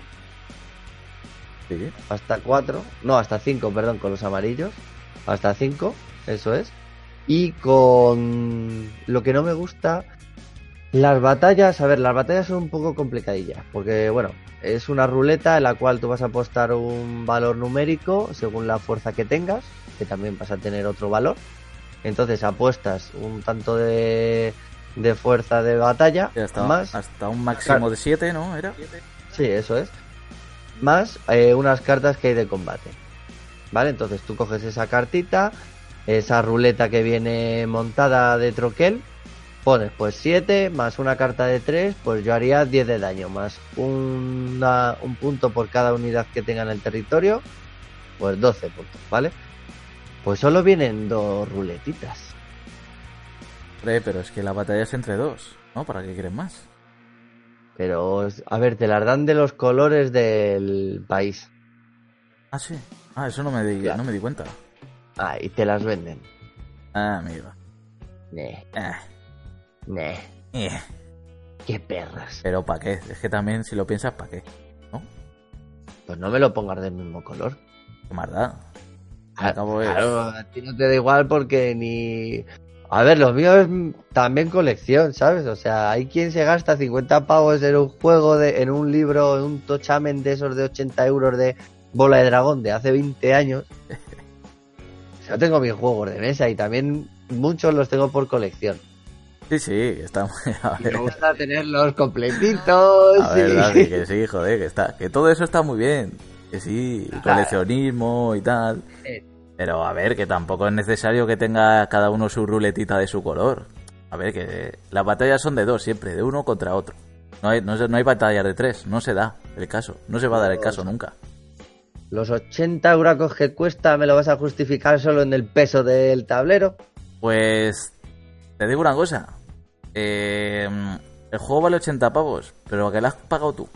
Speaker 3: Sí.
Speaker 4: Hasta cuatro. No, hasta cinco, perdón, con los amarillos. Hasta cinco, eso es. Y con lo que no me gusta, las batallas. A ver, las batallas son un poco complicadillas. Porque, bueno, es una ruleta en la cual tú vas a apostar un valor numérico según la fuerza que tengas, que también vas a tener otro valor. Entonces apuestas un tanto de, de fuerza de batalla,
Speaker 3: Sí, hasta,
Speaker 4: más...
Speaker 3: hasta un máximo de siete, ¿no? ¿Era?
Speaker 4: Sí, eso es. Más eh, unas cartas que hay de combate. ¿Vale? Entonces tú coges esa cartita, esa ruleta que viene montada de troquel, pones pues siete, más una carta de tres, pues yo haría diez de daño, más una, un punto por cada unidad que tenga en el territorio, pues doce puntos, ¿vale? Pues solo vienen dos ruletitas.
Speaker 3: Hombre, pero es que la batalla es entre dos, ¿no? ¿Para qué quieren más?
Speaker 4: Pero, a ver, te las dan de los colores del país.
Speaker 3: Ah, sí. Ah, eso no me di,
Speaker 4: Claro.
Speaker 3: no me di cuenta.
Speaker 4: Ah, y te las venden.
Speaker 3: Ah, amigo.
Speaker 4: Neh,
Speaker 3: Ah,
Speaker 4: neh,
Speaker 3: eh.
Speaker 4: qué perras.
Speaker 3: Pero ¿para qué? Es que también, si lo piensas, ¿para qué? ¿No?
Speaker 4: Pues no me lo pongas del mismo color.
Speaker 3: ¿Qué más da?
Speaker 4: Ah,
Speaker 3: Al cabo es-
Speaker 4: Claro, a ti no te da igual porque ni... A ver, los míos es también colección, ¿sabes? O sea, hay quien se gasta cincuenta pavos en un juego, de, en un libro, en un tochamen de esos de ochenta euros de Bola de Dragón de hace veinte años. Yo tengo mis juegos de mesa y también muchos los tengo por colección.
Speaker 3: Sí, sí, está muy... A
Speaker 4: Y
Speaker 3: ver,
Speaker 4: me gusta tenerlos completitos.
Speaker 3: a ver,
Speaker 4: y-
Speaker 3: David, que sí, joder, que está... Que todo eso está muy bien. Que sí, coleccionismo y tal.
Speaker 4: Eh,
Speaker 3: Pero a ver, que tampoco es necesario que tenga cada uno su ruletita de su color. A ver, que las batallas son de dos siempre, de uno contra otro. No hay, no, se- no hay batallas de tres, no se da el caso. No se va a dar el caso nunca.
Speaker 4: Los ochenta euracos que cuesta, ¿me lo vas a justificar solo en el peso del tablero?
Speaker 3: Pues te digo una cosa. Eh, el juego vale ochenta pavos, pero que la has pagado tú.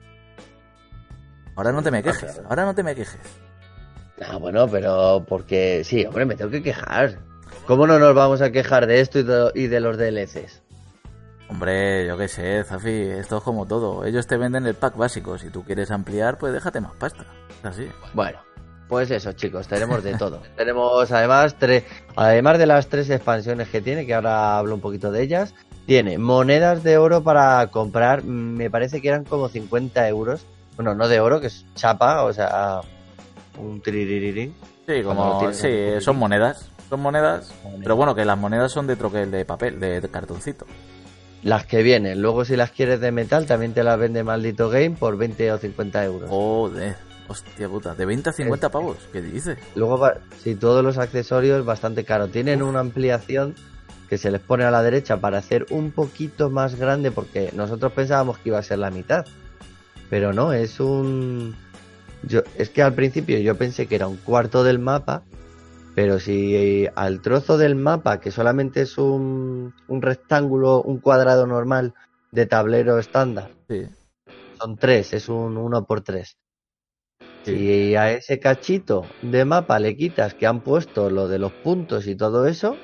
Speaker 3: Ahora no te me quejes, ahora no te me quejes.
Speaker 4: Ah, bueno, pero porque... Sí, hombre, me tengo que quejar. ¿Cómo no nos vamos a quejar de esto y de, y de los D L Cs?
Speaker 3: Hombre, yo qué sé, Zafi, esto es como todo. Ellos te venden el pack básico. Si tú quieres ampliar, pues déjate más pasta. Es así.
Speaker 4: Bueno, pues eso, chicos, tenemos de todo. Tenemos además tres... Además de las tres expansiones que tiene, que ahora hablo un poquito de ellas, tiene monedas de oro para comprar, me parece que eran como cincuenta euros. Bueno, no de oro, que es chapa, o sea, un tiririrín.
Speaker 3: Sí,
Speaker 4: Cuando lo
Speaker 3: como
Speaker 4: tienes
Speaker 3: sí,
Speaker 4: en tu
Speaker 3: son monedas. Son monedas.
Speaker 4: Monedas.
Speaker 3: Pero bueno, que las monedas son de troquel de papel, de, de cartoncito.
Speaker 4: Las que vienen, luego si las quieres de metal, también te las vende Maldito Game por veinte o cincuenta euros.
Speaker 3: Joder, hostia puta, de veinte a cincuenta pavos, ¿qué dices?
Speaker 4: Luego, va- si todos los accesorios, bastante caro. Tienen una ampliación que se les pone a la derecha para hacer un poquito más grande, porque nosotros pensábamos que iba a ser la mitad. Pero no, es un... Yo, es que al principio yo pensé que era un cuarto del mapa, pero si al trozo del mapa, que solamente es un, un rectángulo, un cuadrado normal de tablero estándar,
Speaker 3: Sí,
Speaker 4: son tres, es un uno por tres.
Speaker 3: Sí.
Speaker 4: Si a ese cachito de mapa le quitas que han puesto lo de los puntos y todo eso,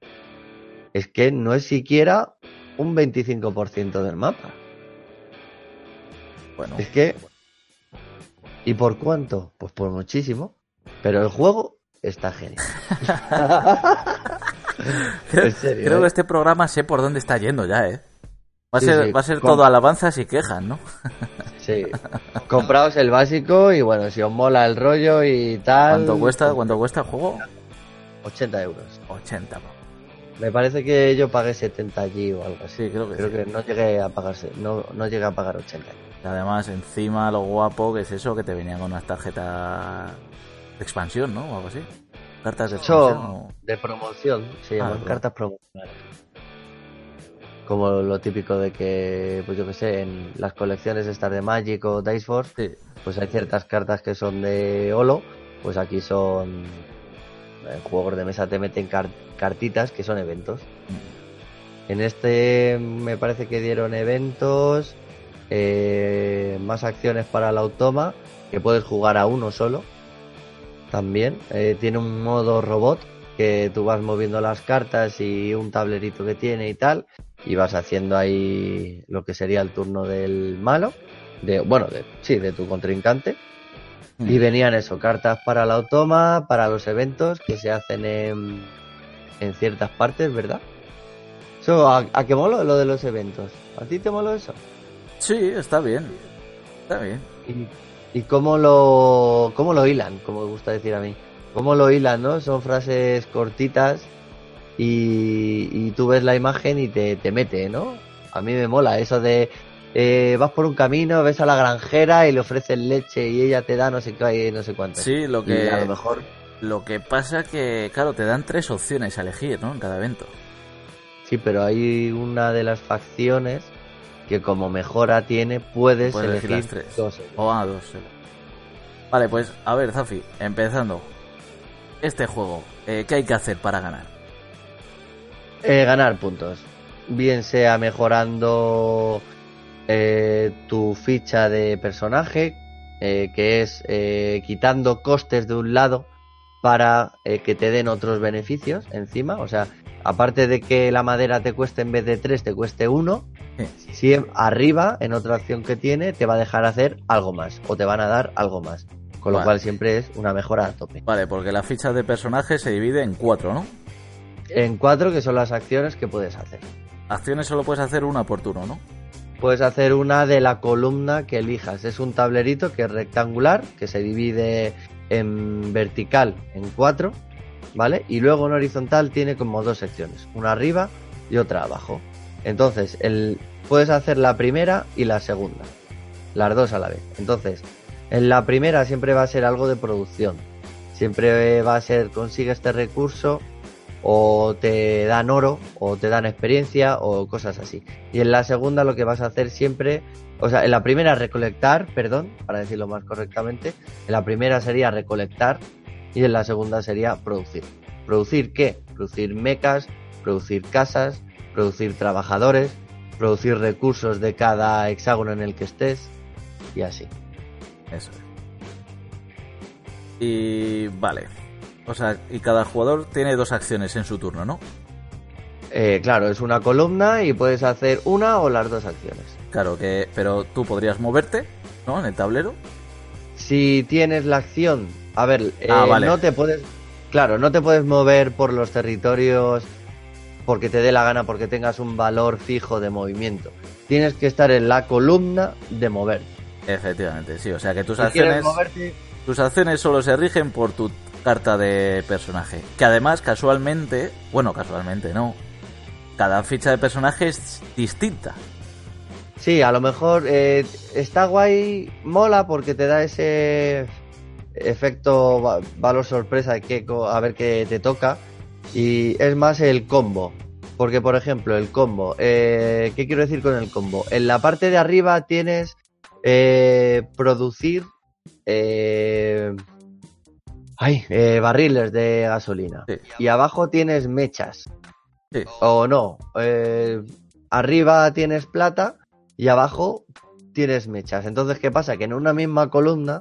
Speaker 4: es que no es siquiera un veinticinco por ciento del mapa.
Speaker 3: bueno.
Speaker 4: Es que... ¿Y por cuánto? Pues por muchísimo. Pero el juego está genial.
Speaker 3: Creo,
Speaker 4: en serio,
Speaker 3: creo
Speaker 4: ¿eh?
Speaker 3: que este programa sé por dónde está yendo ya, ¿eh? Va a
Speaker 4: Sí,
Speaker 3: ser,
Speaker 4: sí.
Speaker 3: va a ser
Speaker 4: Com-
Speaker 3: todo alabanzas y quejas, ¿no?
Speaker 4: Sí. Compraos el básico y bueno, si os mola el rollo y tal...
Speaker 3: ¿Cuánto cuesta, cuánto cuesta el juego?
Speaker 4: ochenta euros.
Speaker 3: ochenta, pavos.
Speaker 4: Me parece que yo pagué setenta allí o algo así.
Speaker 3: Sí, creo que
Speaker 4: Creo
Speaker 3: sí.
Speaker 4: que no llegué a pagarse, no, no llegué a pagar ochenta.
Speaker 3: Y además, encima, lo guapo que es eso, que te venían con unas tarjetas de expansión, ¿no? O algo así. Cartas de expansión.
Speaker 4: Son
Speaker 3: o-
Speaker 4: de promoción, se
Speaker 3: Ah,
Speaker 4: llaman
Speaker 3: claro.
Speaker 4: cartas promocionales. Como lo típico de que, pues yo que sé, en las colecciones estas de Magic o Dice Force,
Speaker 3: Sí,
Speaker 4: pues hay ciertas cartas que son de Holo, pues aquí son En juegos de mesa te meten car- cartitas que son eventos. En este me parece que dieron eventos, eh, más acciones para el automa, que puedes jugar a uno solo. También eh, tiene un modo robot, que tú vas moviendo las cartas y un tablerito que tiene y tal, y vas haciendo ahí lo que sería el turno del malo, de bueno, de, sí, de tu contrincante. Mm. Y venían eso, cartas para el automa, para los eventos que se hacen en, en ciertas partes, ¿verdad? Eso, ¿a, ¿A qué molo lo de los eventos? ¿A ti te moló eso?
Speaker 3: Sí, está bien. Está bien.
Speaker 4: ¿Y, y cómo lo cómo lo hilan? Como me gusta decir a mí. ¿Cómo lo hilan, no? Son frases cortitas y, y tú ves la imagen y te, te mete, ¿no? A mí me mola eso de... Eh, vas por un camino, ves a la granjera y le ofreces leche y ella te da no sé qué, no sé cuánto.
Speaker 3: Sí, lo que...
Speaker 4: Y a lo mejor...
Speaker 3: Lo que pasa que, claro, te dan tres opciones a elegir, ¿no? En cada evento.
Speaker 4: Sí, pero hay una de las facciones que como mejora tiene, puedes,
Speaker 3: puedes elegir, elegir las tres. Dos. O a dos. Sí. Vale, pues, a ver, Zafi, empezando. Este juego, eh, ¿qué hay que hacer para ganar?
Speaker 4: Eh, ganar puntos. Bien sea mejorando eh, tu ficha de personaje, eh, que es eh, quitando costes de un lado para eh, que te den otros beneficios encima. O sea, aparte de que la madera te cueste en vez de tres, te cueste uno, sí. Si arriba, en otra acción que tiene, te va a dejar hacer algo más, o te van a dar algo más. Con lo vale. cual siempre es una mejora a tope.
Speaker 3: Vale, porque la ficha de personaje se divide en cuatro, ¿no?
Speaker 4: En cuatro, que son las acciones que puedes hacer.
Speaker 3: Acciones solo puedes hacer una por turno, ¿no?
Speaker 4: Puedes hacer una de la columna que elijas. Es un tablerito que es rectangular, que se divide en vertical en cuatro, ¿vale? Y luego en horizontal tiene como dos secciones, una arriba y otra abajo. Entonces, el, puedes hacer la primera y la segunda, las dos a la vez. Entonces, en la primera siempre va a ser algo de producción. Siempre va a ser, consigue este recurso, o te dan oro, o te dan experiencia, o cosas así. Y en la segunda lo que vas a hacer siempre, o sea, en la primera recolectar, perdón, para decirlo más correctamente, en la primera sería recolectar y en la segunda sería producir. ¿Producir qué? Producir mechas, producir casas, producir trabajadores, producir recursos de cada hexágono en el que estés y así.
Speaker 3: Eso es. Y vale. O sea, y cada jugador tiene dos acciones en su turno, ¿no?
Speaker 4: Eh, claro, es una columna y puedes hacer una o las dos acciones.
Speaker 3: Claro, que pero tú podrías moverte, ¿no? En el tablero.
Speaker 4: Si tienes la acción... A ver, eh,
Speaker 3: ah, vale.
Speaker 4: no te puedes... Claro, no te puedes mover por los territorios porque te dé la gana, porque tengas un valor fijo de movimiento. Tienes que estar en la columna de mover.
Speaker 3: Efectivamente, sí. O sea que tus
Speaker 4: si
Speaker 3: acciones...
Speaker 4: Moverte...
Speaker 3: Tus acciones solo se rigen por tu carta de personaje. Que además, casualmente... Bueno, casualmente no. Cada ficha de personaje es distinta.
Speaker 4: Sí, a lo mejor eh, está guay, mola porque te da ese efecto va- valor sorpresa que a ver qué te toca. Y es más el combo. Porque, por ejemplo, el combo... Eh, ¿Qué quiero decir con el combo? En la parte de arriba tienes eh, producir... Eh, ay, eh, barriles de gasolina.
Speaker 3: Sí.
Speaker 4: Y abajo tienes mechas.
Speaker 3: Sí.
Speaker 4: O no. Eh, arriba tienes plata y abajo tienes mechas. Entonces, ¿qué pasa? Que en una misma columna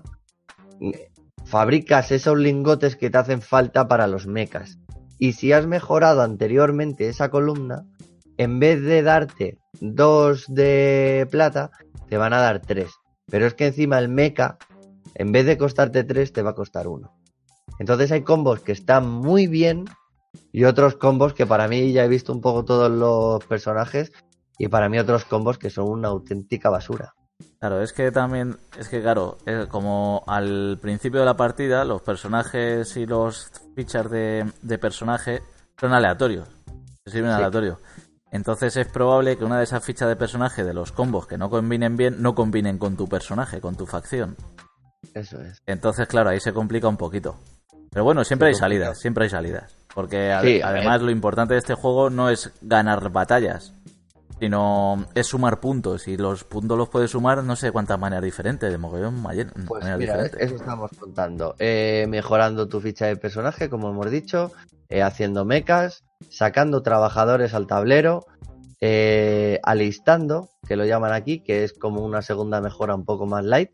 Speaker 4: fabricas esos lingotes que te hacen falta para los mechas. Y si has mejorado anteriormente esa columna, en vez de darte dos de plata, te van a dar tres. Pero es que encima el mecha, en vez de costarte tres, te va a costar uno. Entonces hay combos que están muy bien y otros combos que para mí, ya he visto un poco todos los personajes, y para mí otros combos que son una auténtica basura.
Speaker 3: Claro, es que también, es que claro, es como al principio de la partida los personajes y los fichas de, de personaje son aleatorios, se sirven sí. aleatorios. Entonces es probable que una de esas fichas de personaje de los combos que no combinen bien, no combinen con tu personaje, con tu facción.
Speaker 4: Eso es.
Speaker 3: Entonces, claro, ahí se complica un poquito. Pero bueno, siempre hay salidas, siempre hay salidas. Porque sí, además lo importante de este juego no es ganar batallas, Sino es sumar puntos. Y los puntos los puedes sumar no sé cuántas maneras diferentes. De mogollón maneras
Speaker 4: pues mira,
Speaker 3: diferentes.
Speaker 4: Eso estamos contando. Eh, mejorando tu ficha de personaje, como hemos dicho. Eh, haciendo mechas. Sacando trabajadores al tablero. Eh, alistando, que lo llaman aquí, que es como una segunda mejora un poco más light.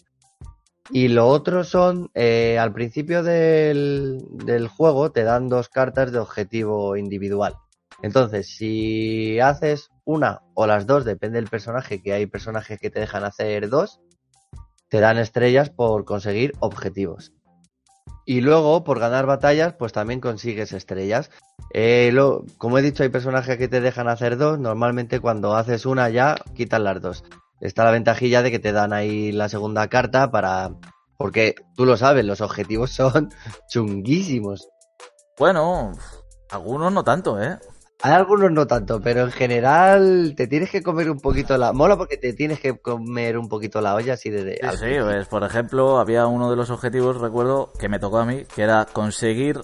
Speaker 4: Y lo otro son, eh, al principio del, del juego te dan dos cartas de objetivo individual. Entonces, si haces una o las dos, depende del personaje, que hay personajes que te dejan hacer dos, te dan estrellas por conseguir objetivos. Y luego, por ganar batallas, pues también consigues estrellas. Eh, lo, como he dicho, hay personajes que te dejan hacer dos. Normalmente cuando haces una ya, quitan las dos. Está la ventajilla de que te dan ahí la segunda carta para... Porque tú lo sabes, los objetivos son chunguísimos.
Speaker 3: Bueno, algunos no tanto, ¿eh?
Speaker 4: Hay algunos no tanto, pero en general te tienes que comer un poquito la... Mola porque te tienes que comer un poquito la olla así de... de
Speaker 3: sí, sí, pues, por ejemplo, había uno de los objetivos, recuerdo, que me tocó a mí, que era conseguir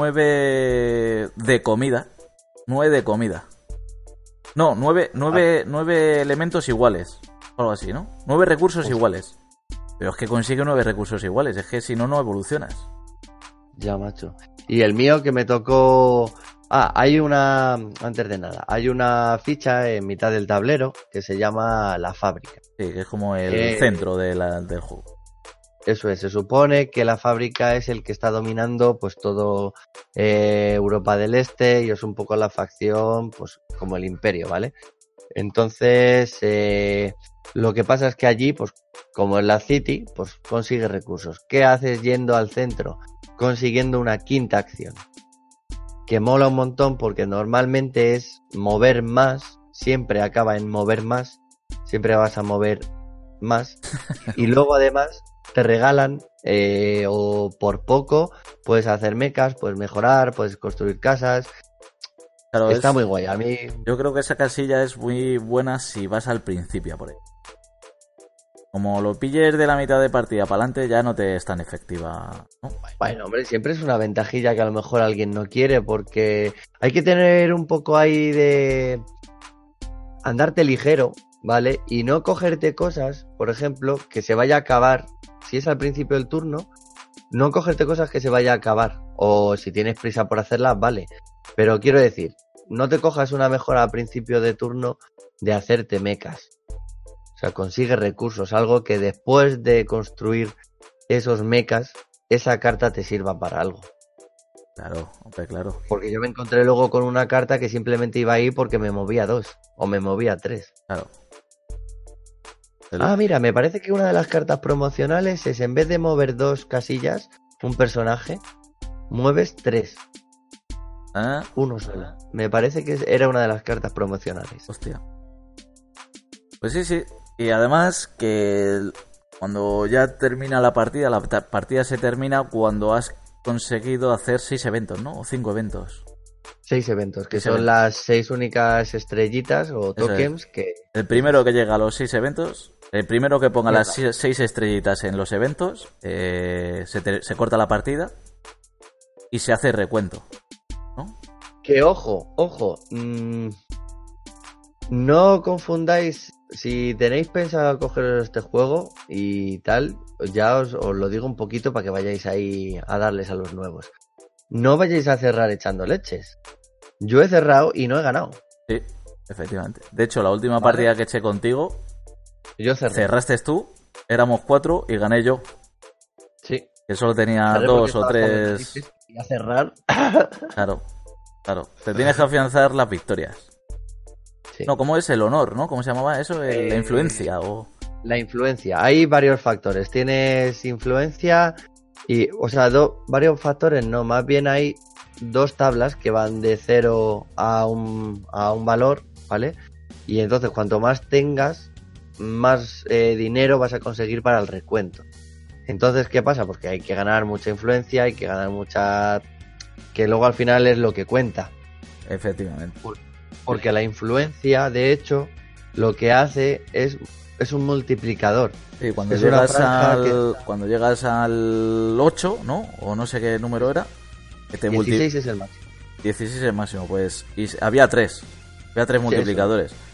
Speaker 3: nueve de comida. Nueve de comida. No, nueve, nueve, ah. nueve elementos iguales. Algo así, ¿no? Nueve recursos pues... iguales. Pero es que consigue nueve recursos iguales. Es que si no, no evolucionas.
Speaker 4: Ya, macho. Y el mío que me tocó... Ah, hay una... Antes de nada, hay una ficha en mitad del tablero que se llama la fábrica.
Speaker 3: Sí, que es como el eh... centro de la, del juego.
Speaker 4: Eso es, se supone que la fábrica es el que está dominando pues todo eh, Europa del Este y es un poco la facción, pues como el imperio, ¿vale? Entonces, eh, lo que pasa es que allí, pues como en la City, pues consigues recursos. ¿Qué haces yendo al centro? Consiguiendo una quinta acción. Que mola un montón porque normalmente es mover más, siempre acaba en mover más, siempre vas a mover más. Y luego además te regalan, eh, o por poco, puedes hacer mechas, puedes mejorar, puedes construir casas. Claro, está es, muy guay, a mí...
Speaker 3: Yo creo que esa casilla es muy buena si vas al principio por ahí. Como lo pilles de la mitad de partida para adelante ya no te es tan efectiva, ¿no?
Speaker 4: Bueno, hombre, siempre es una ventajilla que a lo mejor alguien no quiere porque hay que tener un poco ahí de... andarte ligero, ¿vale? Y no cogerte cosas, por ejemplo, que se vaya a acabar, si es al principio del turno, no cogerte cosas que se vaya a acabar. O si tienes prisa por hacerlas, vale. Pero quiero decir, no te cojas una mejora al principio de turno de hacerte mechas. O sea, consigue recursos, algo que después de construir esos mechas, esa carta te sirva para algo.
Speaker 3: Claro, hombre, claro.
Speaker 4: Porque yo me encontré luego con una carta que simplemente iba ahí porque me movía dos, o me movía tres.
Speaker 3: Claro.
Speaker 4: El... Ah, mira, me parece que una de las cartas promocionales es en vez de mover dos casillas, un personaje, mueves tres.
Speaker 3: Ah.
Speaker 4: Uno solo. Me parece que era una de las cartas promocionales.
Speaker 3: Hostia. Pues sí, sí. Y además que cuando ya termina la partida, la partida se termina cuando has conseguido hacer seis eventos, ¿no? O cinco eventos.
Speaker 4: Seis eventos, que
Speaker 3: seis
Speaker 4: son
Speaker 3: eventos.
Speaker 4: Las seis únicas estrellitas o tokens es. que...
Speaker 3: El primero que llega a los seis eventos, el primero que ponga las seis estrellitas en los eventos, eh, se, te, se corta la partida y se hace recuento, ¿no?
Speaker 4: Que ojo, ojo, mmm, no confundáis, si tenéis pensado coger este juego y tal, ya os, os lo digo un poquito para que vayáis ahí a darles a los nuevos. No vayáis a cerrar echando leches. Yo he cerrado y no he ganado.
Speaker 3: Sí, efectivamente. De hecho, la última vale. partida que eché contigo,
Speaker 4: yo cerré.
Speaker 3: Cerraste tú, éramos cuatro y gané yo.
Speaker 4: Sí.
Speaker 3: Que solo tenía cerré dos o tres.
Speaker 4: Y a cerrar.
Speaker 3: Claro, claro. Te tienes que afianzar las victorias. Sí. No, ¿cómo es el honor, no? ¿Cómo se llamaba eso? Eh, la influencia o...
Speaker 4: La influencia. Hay varios factores. Tienes influencia y, o sea, do, varios factores, no. Más bien hay dos tablas que van de cero a un, a un valor, ¿vale? Y entonces cuanto más tengas, más eh, dinero vas a conseguir para el recuento. Entonces, ¿qué pasa? Porque hay que ganar mucha influencia, hay que ganar mucha... que luego al final es lo que cuenta.
Speaker 3: Efectivamente.
Speaker 4: Porque la influencia, de hecho, lo que hace es, es un multiplicador.
Speaker 3: Sí, cuando es llegas al que... cuando llegas al ocho, ¿no? O no sé qué número era. Que te
Speaker 4: dieciséis
Speaker 3: multi...
Speaker 4: es el máximo.
Speaker 3: dieciséis es el máximo, pues. Y había tres. Había tres sí, multiplicadores.
Speaker 4: Eso.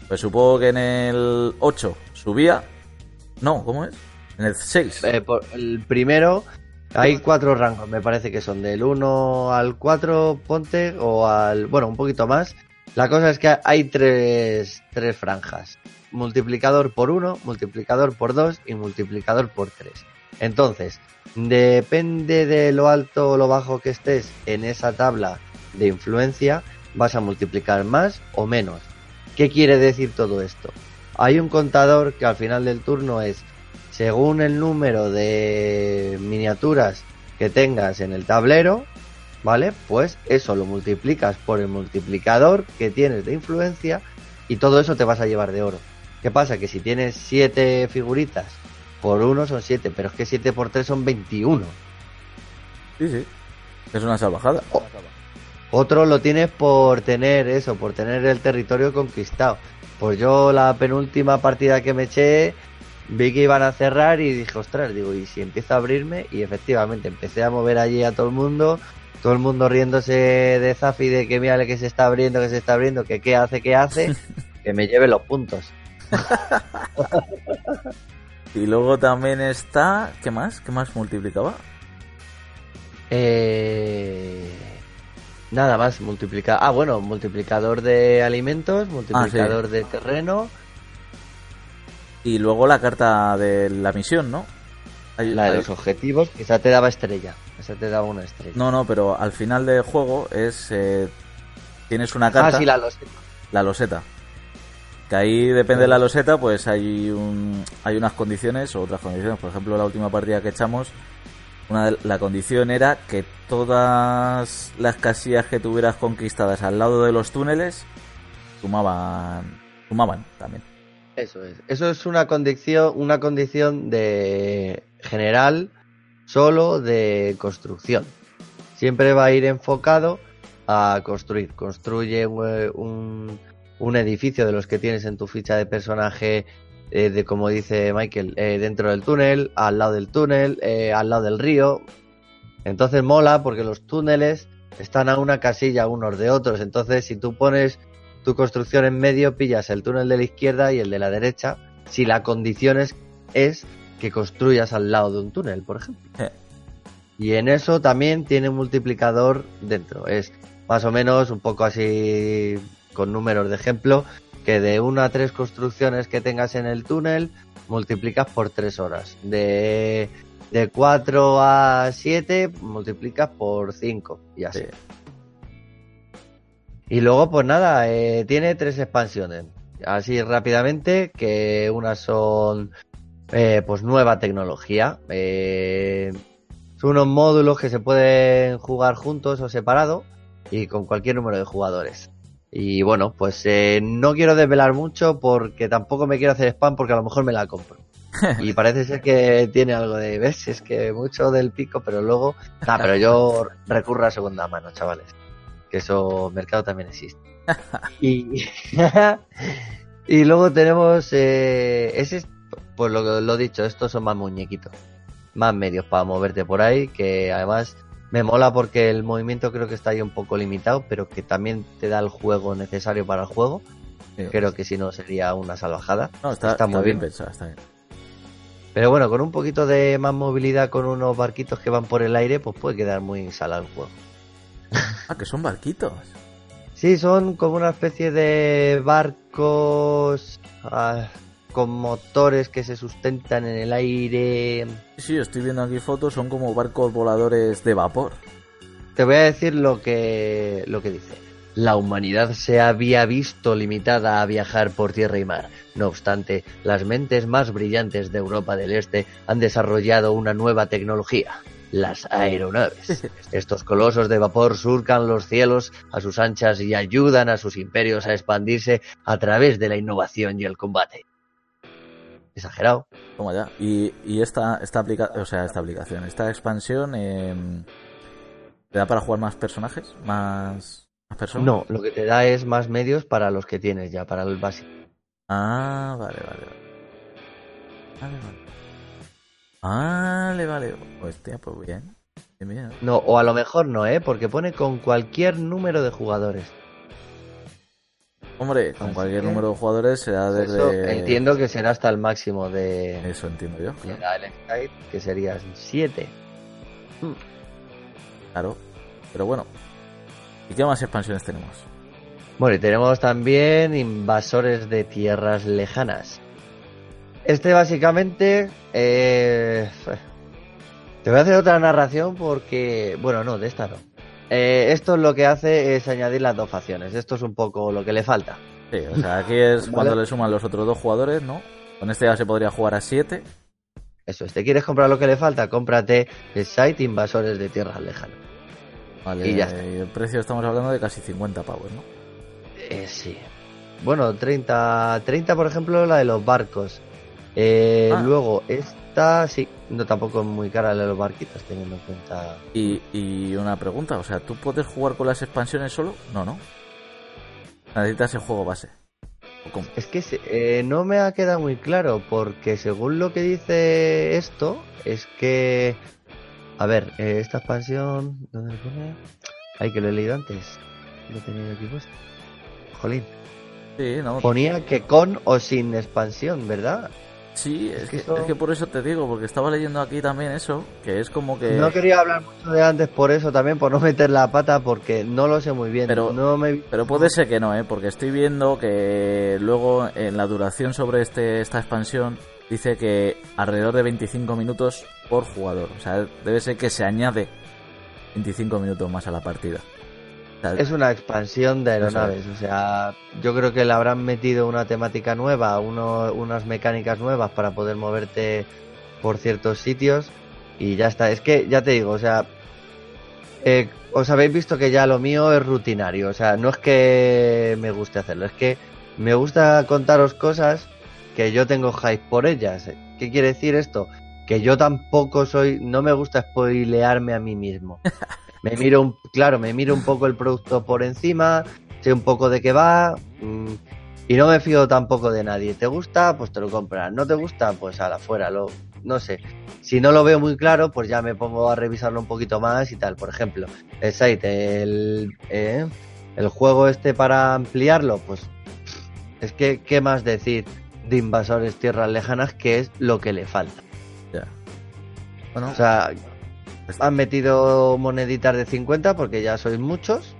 Speaker 3: Pues supongo que en el ocho subía. No, ¿cómo es? En el seis.
Speaker 4: Eh, por el primero hay cuatro rangos, me parece que son del uno al cuatro, ponte, o al... Bueno, un poquito más. La cosa es que hay tres, tres franjas. Multiplicador por uno, multiplicador por dos y multiplicador por tres. Entonces, depende de lo alto o lo bajo que estés en esa tabla de influencia, vas a multiplicar más o menos. ¿Qué quiere decir todo esto? Hay un contador que al final del turno es, según el número de miniaturas que tengas en el tablero, ¿vale? Pues eso lo multiplicas por el multiplicador que tienes de influencia y todo eso te vas a llevar de oro. ¿Qué pasa? Que si tienes siete figuritas por uno son siete, pero es que siete por tres son veintiuno.
Speaker 3: Sí, sí. Es una salvajada.
Speaker 4: O, otro lo tienes por tener eso, por tener el territorio conquistado. Pues yo la penúltima partida que me eché, vi que iban a cerrar y dije, ostras, digo, ¿y si empiezo a abrirme? Y efectivamente empecé a mover allí a todo el mundo, todo el mundo riéndose de Zafi, de que mira que se está abriendo, que se está abriendo, que qué hace, qué hace, que me lleve los puntos.
Speaker 3: Y luego también está... ¿Qué más? ¿Qué más multiplicaba?
Speaker 4: Eh... Nada más, multiplicar. Ah, bueno, multiplicador de alimentos, multiplicador ah, sí. de terreno.
Speaker 3: Y luego la carta de la misión, ¿no?
Speaker 4: Hay, la de hay... los objetivos, esa te daba estrella. Esa te daba una estrella.
Speaker 3: No, no, pero al final del juego es... Eh, tienes una carta...
Speaker 4: Ah, sí, la loseta.
Speaker 3: La loseta. Que ahí depende de la loseta, pues hay un hay unas condiciones o otras condiciones. Por ejemplo, la última partida que echamos, una de, la condición era que todas las casillas que tuvieras conquistadas al lado de los túneles sumaban sumaban también.
Speaker 4: Eso es. Eso es una condición, una condición de general solo de construcción. Siempre va a ir enfocado a construir. Construye un, un un edificio de los que tienes en tu ficha de personaje, eh, de como dice Michael, eh, dentro del túnel, al lado del túnel, eh, al lado del río. Entonces mola porque los túneles están a una casilla unos de otros. Entonces si tú pones tu construcción en medio, pillas el túnel de la izquierda y el de la derecha, si la condición es, es que construyas al lado de un túnel, por ejemplo. Eh. Y en eso también tiene un multiplicador dentro. Es más o menos un poco así... con números de ejemplo, que de una a tres construcciones que tengas en el túnel multiplicas por tres horas, de, de cuatro a siete multiplicas por cinco y así. Sí. Y luego pues nada, eh, tiene tres expansiones, así rápidamente, que unas son eh, pues nueva tecnología, eh, son unos módulos que se pueden jugar juntos o separado y con cualquier número de jugadores. Y bueno, pues eh, no quiero desvelar mucho porque tampoco me quiero hacer spam porque a lo mejor me la compro. Y parece ser que tiene algo de, ¿ves? Es que mucho del pico, pero luego... Ah, pero yo recurro a segunda mano, chavales. Que eso, mercado también existe. Y, y luego tenemos... Eh, ese, pues lo, lo dicho, estos son más muñequitos. Más medios para moverte por ahí, que además... Me mola porque el movimiento creo que está ahí un poco limitado, pero que también te da el juego necesario para el juego. Sí, creo que si no sería una salvajada.
Speaker 3: No, está, está, está muy bien, bien pensado, está bien.
Speaker 4: Pero bueno, con un poquito de más movilidad, con unos barquitos que van por el aire, pues puede quedar muy salado el juego.
Speaker 3: Ah, que son barquitos.
Speaker 4: Sí, son como una especie de barcos... Ah, con motores que se sustentan en el aire.
Speaker 3: Sí, estoy viendo aquí fotos, son como barcos voladores de vapor.
Speaker 4: Te voy a decir lo que lo que dice. La humanidad se había visto limitada a viajar por tierra y mar. No obstante, las mentes más brillantes de Europa del Este han desarrollado una nueva tecnología, las aeronaves. Estos colosos de vapor surcan los cielos a sus anchas y ayudan a sus imperios a expandirse a través de la innovación y el combate. Exagerado.
Speaker 3: Toma ya. Y, y esta esta aplica o sea, esta aplicación, esta expansión eh, ¿te da para jugar más personajes? ¿Más, más personas?
Speaker 4: No, lo que te da es más medios para los que tienes ya, para el básico.
Speaker 3: Ah, vale, vale. Vale, vale. Vale, vale. Hostia, pues bien. bien, bien.
Speaker 4: No, o a lo mejor no, ¿eh? Porque pone con cualquier número de jugadores.
Speaker 3: Hombre, con
Speaker 4: Así
Speaker 3: cualquier
Speaker 4: que,
Speaker 3: número de jugadores será
Speaker 4: pues
Speaker 3: desde...
Speaker 4: eso, entiendo que será hasta el máximo de...
Speaker 3: Eso entiendo yo,
Speaker 4: de
Speaker 3: claro.
Speaker 4: la Skype, que sería siete.
Speaker 3: Claro. Pero bueno. ¿Y qué más expansiones tenemos?
Speaker 4: Bueno, y tenemos también Invasores de Tierras Lejanas. Este básicamente... Eh... Te voy a hacer otra narración porque... Bueno, no, de esta no. Eh, esto lo que hace es añadir las dos facciones. Esto es un poco lo que le falta.
Speaker 3: Sí, o sea, aquí es
Speaker 4: Vale.
Speaker 3: cuando le suman los otros dos jugadores, ¿no? Con este ya se podría jugar a siete.
Speaker 4: Eso es, ¿te quieres comprar lo que le falta? Cómprate el site Invasores de Tierras Lejanas.
Speaker 3: Vale,
Speaker 4: Y ya está.
Speaker 3: y el precio estamos hablando de casi cincuenta pavos, ¿no?
Speaker 4: Eh, sí. Bueno, treinta, treinta por ejemplo, la de los barcos. Eh,
Speaker 3: Ah.
Speaker 4: Luego, esta sí, no tampoco es muy cara la de los barquitos, teniendo en cuenta...
Speaker 3: Y, y una pregunta, o sea, ¿tú puedes jugar con las expansiones solo? No, no. Necesitas el juego base. ¿O cómo?
Speaker 4: Es que se- eh, no me ha quedado muy claro, porque según lo que dice esto, es que... A ver, eh, esta expansión... ¿Dónde lo pone? Ay, que lo he leído antes. Lo tenía yo aquí puesto. Jolín.
Speaker 3: Sí, no.
Speaker 4: Ponía que con o sin expansión, ¿verdad?
Speaker 3: Sí, es,
Speaker 4: es
Speaker 3: que,
Speaker 4: que eso-
Speaker 3: es que por eso te digo, porque estaba leyendo aquí también eso, que es como que...
Speaker 4: No quería hablar mucho de antes por eso también, por no meter la pata, porque no lo sé muy bien.
Speaker 3: Pero-
Speaker 4: no me...
Speaker 3: Pero puede ser que no, ¿eh? Porque estoy viendo que luego en la duración sobre este esta expansión dice que alrededor de veinticinco minutos por jugador. O sea, debe ser que se añade veinticinco minutos más a la partida. O sea,
Speaker 4: Es una expansión de aeronaves, o sea, yo creo que le habrán metido una temática nueva, uno, unas mecánicas nuevas para poder moverte por ciertos sitios y ya está. Es que, ya te digo, o sea, eh, os habéis visto que ya lo mío es rutinario, o sea, no es que me guste hacerlo, es que me gusta contaros cosas que yo tengo hype por ellas. ¿Qué quiere decir esto? Que yo tampoco soy, no me gusta spoilearme a mí mismo. Me miro un, claro, me miro un poco el producto por encima, sé un poco de qué va, mmm, y no me fío tampoco de nadie. ¿Te gusta? Pues te lo compras. ¿No te gusta? Pues a la fuera, lo, no sé. Si no lo veo muy claro, pues ya me pongo a revisarlo un poquito más y tal. Por ejemplo, el site, el, eh, el juego este para ampliarlo, pues es que, ¿qué más decir de Invasores Tierras Lejanas, que es lo que le falta?
Speaker 3: ya. Bueno,
Speaker 4: O sea, han metido moneditas de cincuenta porque ya sois muchos.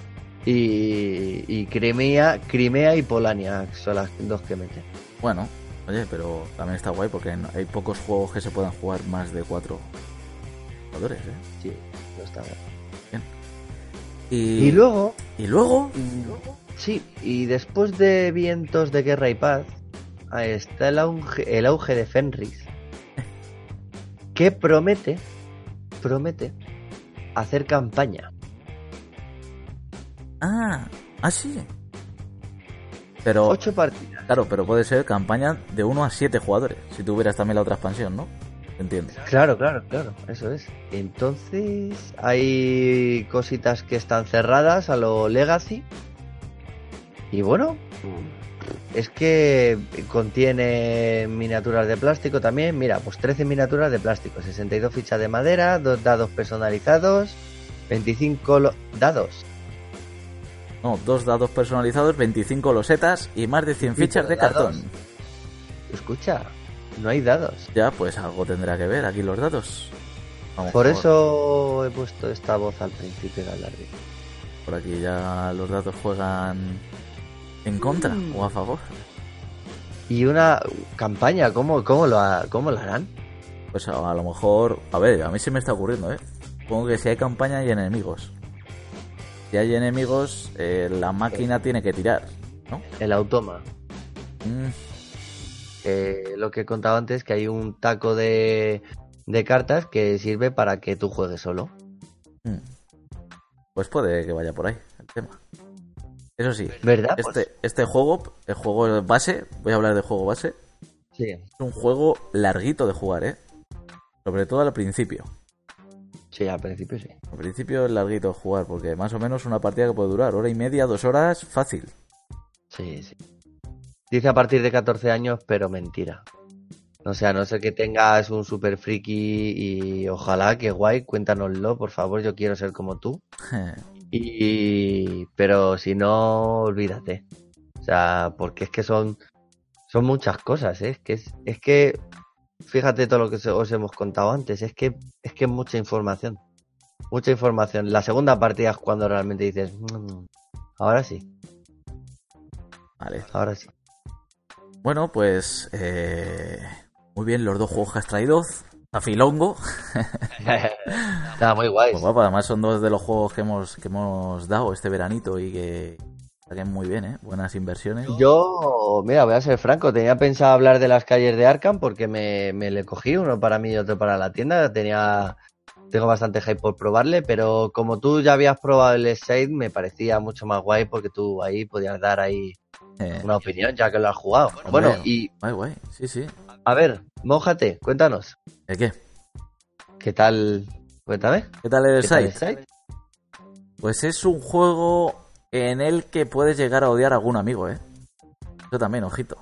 Speaker 4: Y, y Crimea, Crimea y Polania son las dos que meten.
Speaker 3: bueno, oye, pero también está guay porque no- hay pocos juegos que se puedan jugar más de cuatro jugadores, ¿eh?
Speaker 4: Sí, no está mal.
Speaker 3: Y,
Speaker 4: Y luego,
Speaker 3: y luego,
Speaker 4: sí, y después de Vientos de Guerra y Paz, ahí está el auge, el auge de Fenris, que promete, promete hacer campaña.
Speaker 3: ah, ah sí. Pero
Speaker 4: Ocho partidas.
Speaker 3: claro, pero puede ser campaña de uno a siete jugadores, si tuvieras también la otra expansión, ¿no? Entiendo.
Speaker 4: Claro, claro, claro, eso es. Entonces, hay cositas que están cerradas a lo Legacy. Y bueno, es que contiene miniaturas de plástico también. Mira, pues trece miniaturas de plástico, sesenta y dos fichas de madera, dos dados personalizados, veinticinco lo- dados.
Speaker 3: No, dos dados personalizados, veinticinco losetas y más de cien fichas de
Speaker 4: pero dados.
Speaker 3: cartón.
Speaker 4: Escucha, no hay dados.
Speaker 3: Ya, pues algo tendrá que ver aquí los dados. Vamos,
Speaker 4: Por
Speaker 3: por-
Speaker 4: eso he puesto esta voz al principio de hablar de...
Speaker 3: Por aquí ya los dados juegan en contra
Speaker 4: Mm.
Speaker 3: o a favor.
Speaker 4: Y una campaña, ¿cómo, cómo, lo, ha- cómo lo harán?
Speaker 3: Pues a, a lo mejor, a ver, a mí se me está ocurriendo, ¿eh? Supongo que si hay campaña hay enemigos. Si hay enemigos, eh, la máquina tiene que tirar, ¿no?
Speaker 4: El automa.
Speaker 3: Mm,
Speaker 4: Eh, lo que he contado antes, que hay un taco de, de cartas que sirve para que tú juegues solo.
Speaker 3: mm. Pues puede que vaya por ahí el tema. Eso sí,
Speaker 4: ¿Verdad?
Speaker 3: este,
Speaker 4: Pues,
Speaker 3: este juego, el juego base, voy a hablar de juego base,
Speaker 4: sí,
Speaker 3: es un juego larguito de jugar, ¿eh? Sobre todo al principio.
Speaker 4: sí, al principio sí.
Speaker 3: Al principio es larguito de jugar, porque más o menos una partida que puede durar hora y media, dos horas, fácil.
Speaker 4: Sí, sí. Dice a partir de catorce años, pero mentira. O sea, a no ser que tengas un super friki y ojalá, que guay, cuéntanoslo, por favor, yo quiero ser como tú. Y pero si no, olvídate. O sea, porque es que son, son muchas cosas, ¿eh? Es que, es, es que, fíjate todo lo que os hemos contado antes, es que es que es mucha información. Mucha información. La segunda partida es cuando realmente dices, mmm, ahora sí.
Speaker 3: Vale.
Speaker 4: Ahora sí.
Speaker 3: Bueno, pues eh, muy bien los dos juegos que has traído. Zafilongo.
Speaker 4: Nada, muy guay.
Speaker 3: Pues guapo, además son dos de los juegos que hemos que hemos dado este veranito y que salen muy bien, ¿eh? Buenas inversiones.
Speaker 4: Yo, mira, voy a ser franco, tenía pensado hablar de las calles de Arkham porque me, me le cogí, uno para mí y otro para la tienda. Tenía, tengo bastante hype por probarle, pero como tú ya habías probado el Shade, me parecía mucho más guay porque tú ahí podías dar ahí
Speaker 3: Eh,
Speaker 4: una opinión ya que lo has jugado.
Speaker 3: hombre,
Speaker 4: Bueno, y
Speaker 3: guay, guay, sí, sí.
Speaker 4: a ver, mójate, cuéntanos.
Speaker 3: ¿El qué?
Speaker 4: ¿Qué tal? Cuéntame.
Speaker 3: ¿Qué tal el
Speaker 4: ¿Qué tal
Speaker 3: Shade?
Speaker 4: el Shade?
Speaker 3: Pues es un juego en el que puedes llegar a odiar a algún amigo, ¿eh? Eso también, ojito.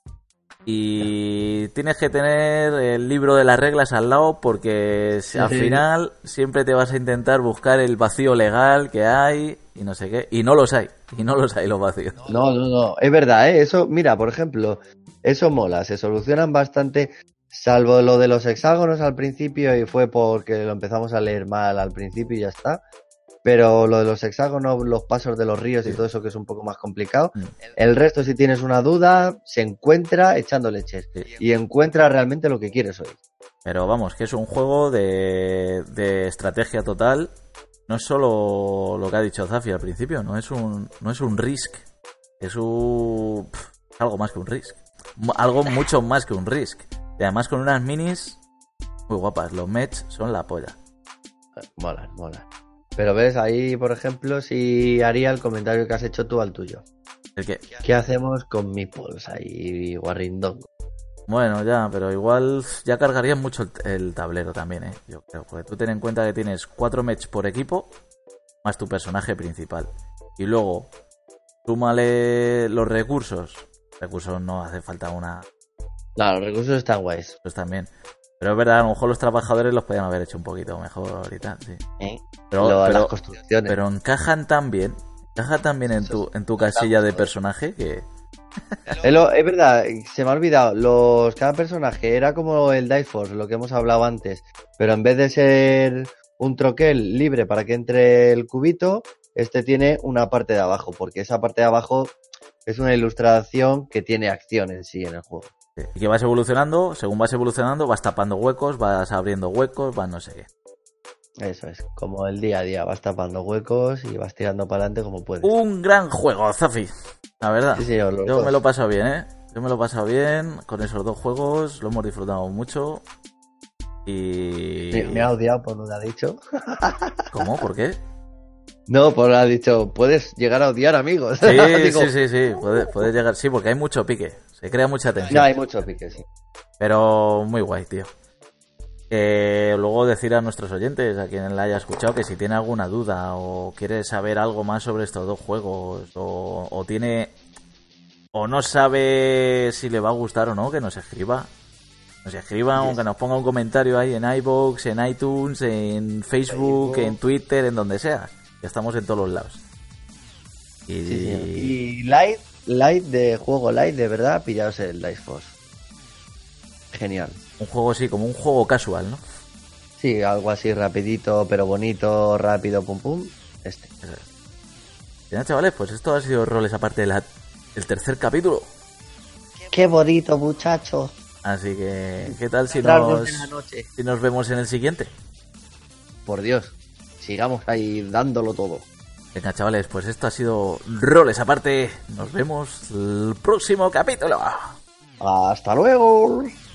Speaker 3: Y tienes que tener el libro de las reglas al lado porque si al final siempre te vas a intentar buscar el vacío legal que hay y no sé qué. Y no los hay, y no los hay los vacíos.
Speaker 4: No, no, no, es verdad, ¿eh? Eso, mira, por ejemplo, eso mola, se solucionan bastante, salvo lo de los hexágonos al principio y fue porque lo empezamos a leer mal al principio y ya está. Pero lo de los hexágonos, los pasos de los ríos y todo eso que es un poco más complicado.
Speaker 3: Mm.
Speaker 4: El resto, si tienes una duda, se encuentra echando leches.
Speaker 3: Sí.
Speaker 4: Y encuentra realmente lo que quieres hoy.
Speaker 3: Pero vamos, que es un juego de, de estrategia total. No es solo lo que ha dicho Zafi al principio, no es un, no es un Risk. Es un... pff, algo más que un Risk. Algo mucho más que un Risk. Y además con unas minis muy guapas. Los mechs son la polla.
Speaker 4: Mola, mola. Pero ves, ahí, por ejemplo, si haría el comentario que has hecho tú al tuyo.
Speaker 3: ¿El qué?
Speaker 4: ¿Qué hacemos con Meeples ahí, guarrindongo?
Speaker 3: Bueno, ya, pero igual ya cargarías mucho el, el tablero también, ¿eh? Yo creo, porque tú ten en cuenta que tienes cuatro mechs por equipo, más tu personaje principal. Y luego, súmale los recursos. Recursos no hace falta una...
Speaker 4: No, los recursos están guays.
Speaker 3: Pues también. Pero es verdad, a lo mejor los trabajadores los podían haber hecho un poquito mejor y tal, sí.
Speaker 4: ¿Eh?
Speaker 3: Pero,
Speaker 4: Lo-
Speaker 3: pero,
Speaker 4: las construcciones.
Speaker 3: pero encajan tan bien, encajan tan bien en tu, en tu casilla de personaje que...
Speaker 4: Es, lo- es verdad, se me ha olvidado. Los, cada personaje era como el Dice Force, lo que hemos hablado antes. Pero en vez de ser un troquel libre para que entre el cubito, este tiene una parte de abajo. Porque esa parte de abajo es una ilustración que tiene acción en sí en el juego.
Speaker 3: Y que vas evolucionando, según vas evolucionando, vas tapando huecos, vas abriendo huecos, vas no sé qué.
Speaker 4: Eso es, como el día a día. Vas tapando huecos y vas tirando para adelante como puedes.
Speaker 3: Un gran juego, Zafi. La verdad.
Speaker 4: Sí, señor, los
Speaker 3: Yo
Speaker 4: dos.
Speaker 3: me lo he pasado bien, ¿eh? Yo me lo he pasado bien con esos dos juegos, lo hemos disfrutado mucho. Y...
Speaker 4: Me, me ha odiado por lo que ha dicho.
Speaker 3: ¿Cómo? ¿Por qué?
Speaker 4: No, por lo que ha dicho, puedes llegar a odiar amigos.
Speaker 3: Sí,
Speaker 4: Digo,
Speaker 3: sí, sí, sí, puede, puede llegar, sí, porque hay mucho pique, se crea mucha tensión.
Speaker 4: no, hay mucho pique, sí.
Speaker 3: Pero muy guay, tío. Eh, luego decir a nuestros oyentes, a quien la haya escuchado, que si tiene alguna duda o quiere saber algo más sobre estos dos juegos o, o tiene o no sabe si le va a gustar o no, que nos escriba. Nos escriba o que nos ponga un comentario ahí en iVoox, en iTunes, en Facebook,
Speaker 4: Facebook.
Speaker 3: en Twitter, en donde sea. Ya estamos en todos los lados. Y,
Speaker 4: Sí, señor. Y light, light de juego light, de verdad, pillaos el Dice Force. Genial.
Speaker 3: un juego así, como un juego casual, ¿no?
Speaker 4: Sí, algo así rapidito, pero bonito, rápido, pum pum. Este.
Speaker 3: Bien, chavales, pues esto ha sido Roles aparte del tercer capítulo.
Speaker 4: Qué bonito, muchacho.
Speaker 3: Así que, ¿qué tal si
Speaker 4: Entrarnos
Speaker 3: nos,
Speaker 4: en la noche.
Speaker 3: si nos vemos en el siguiente?
Speaker 4: Por Dios, sigamos ahí dándolo todo.
Speaker 3: Venga, chavales, pues esto ha sido Roles aparte. Nos vemos el próximo capítulo.
Speaker 4: Hasta luego.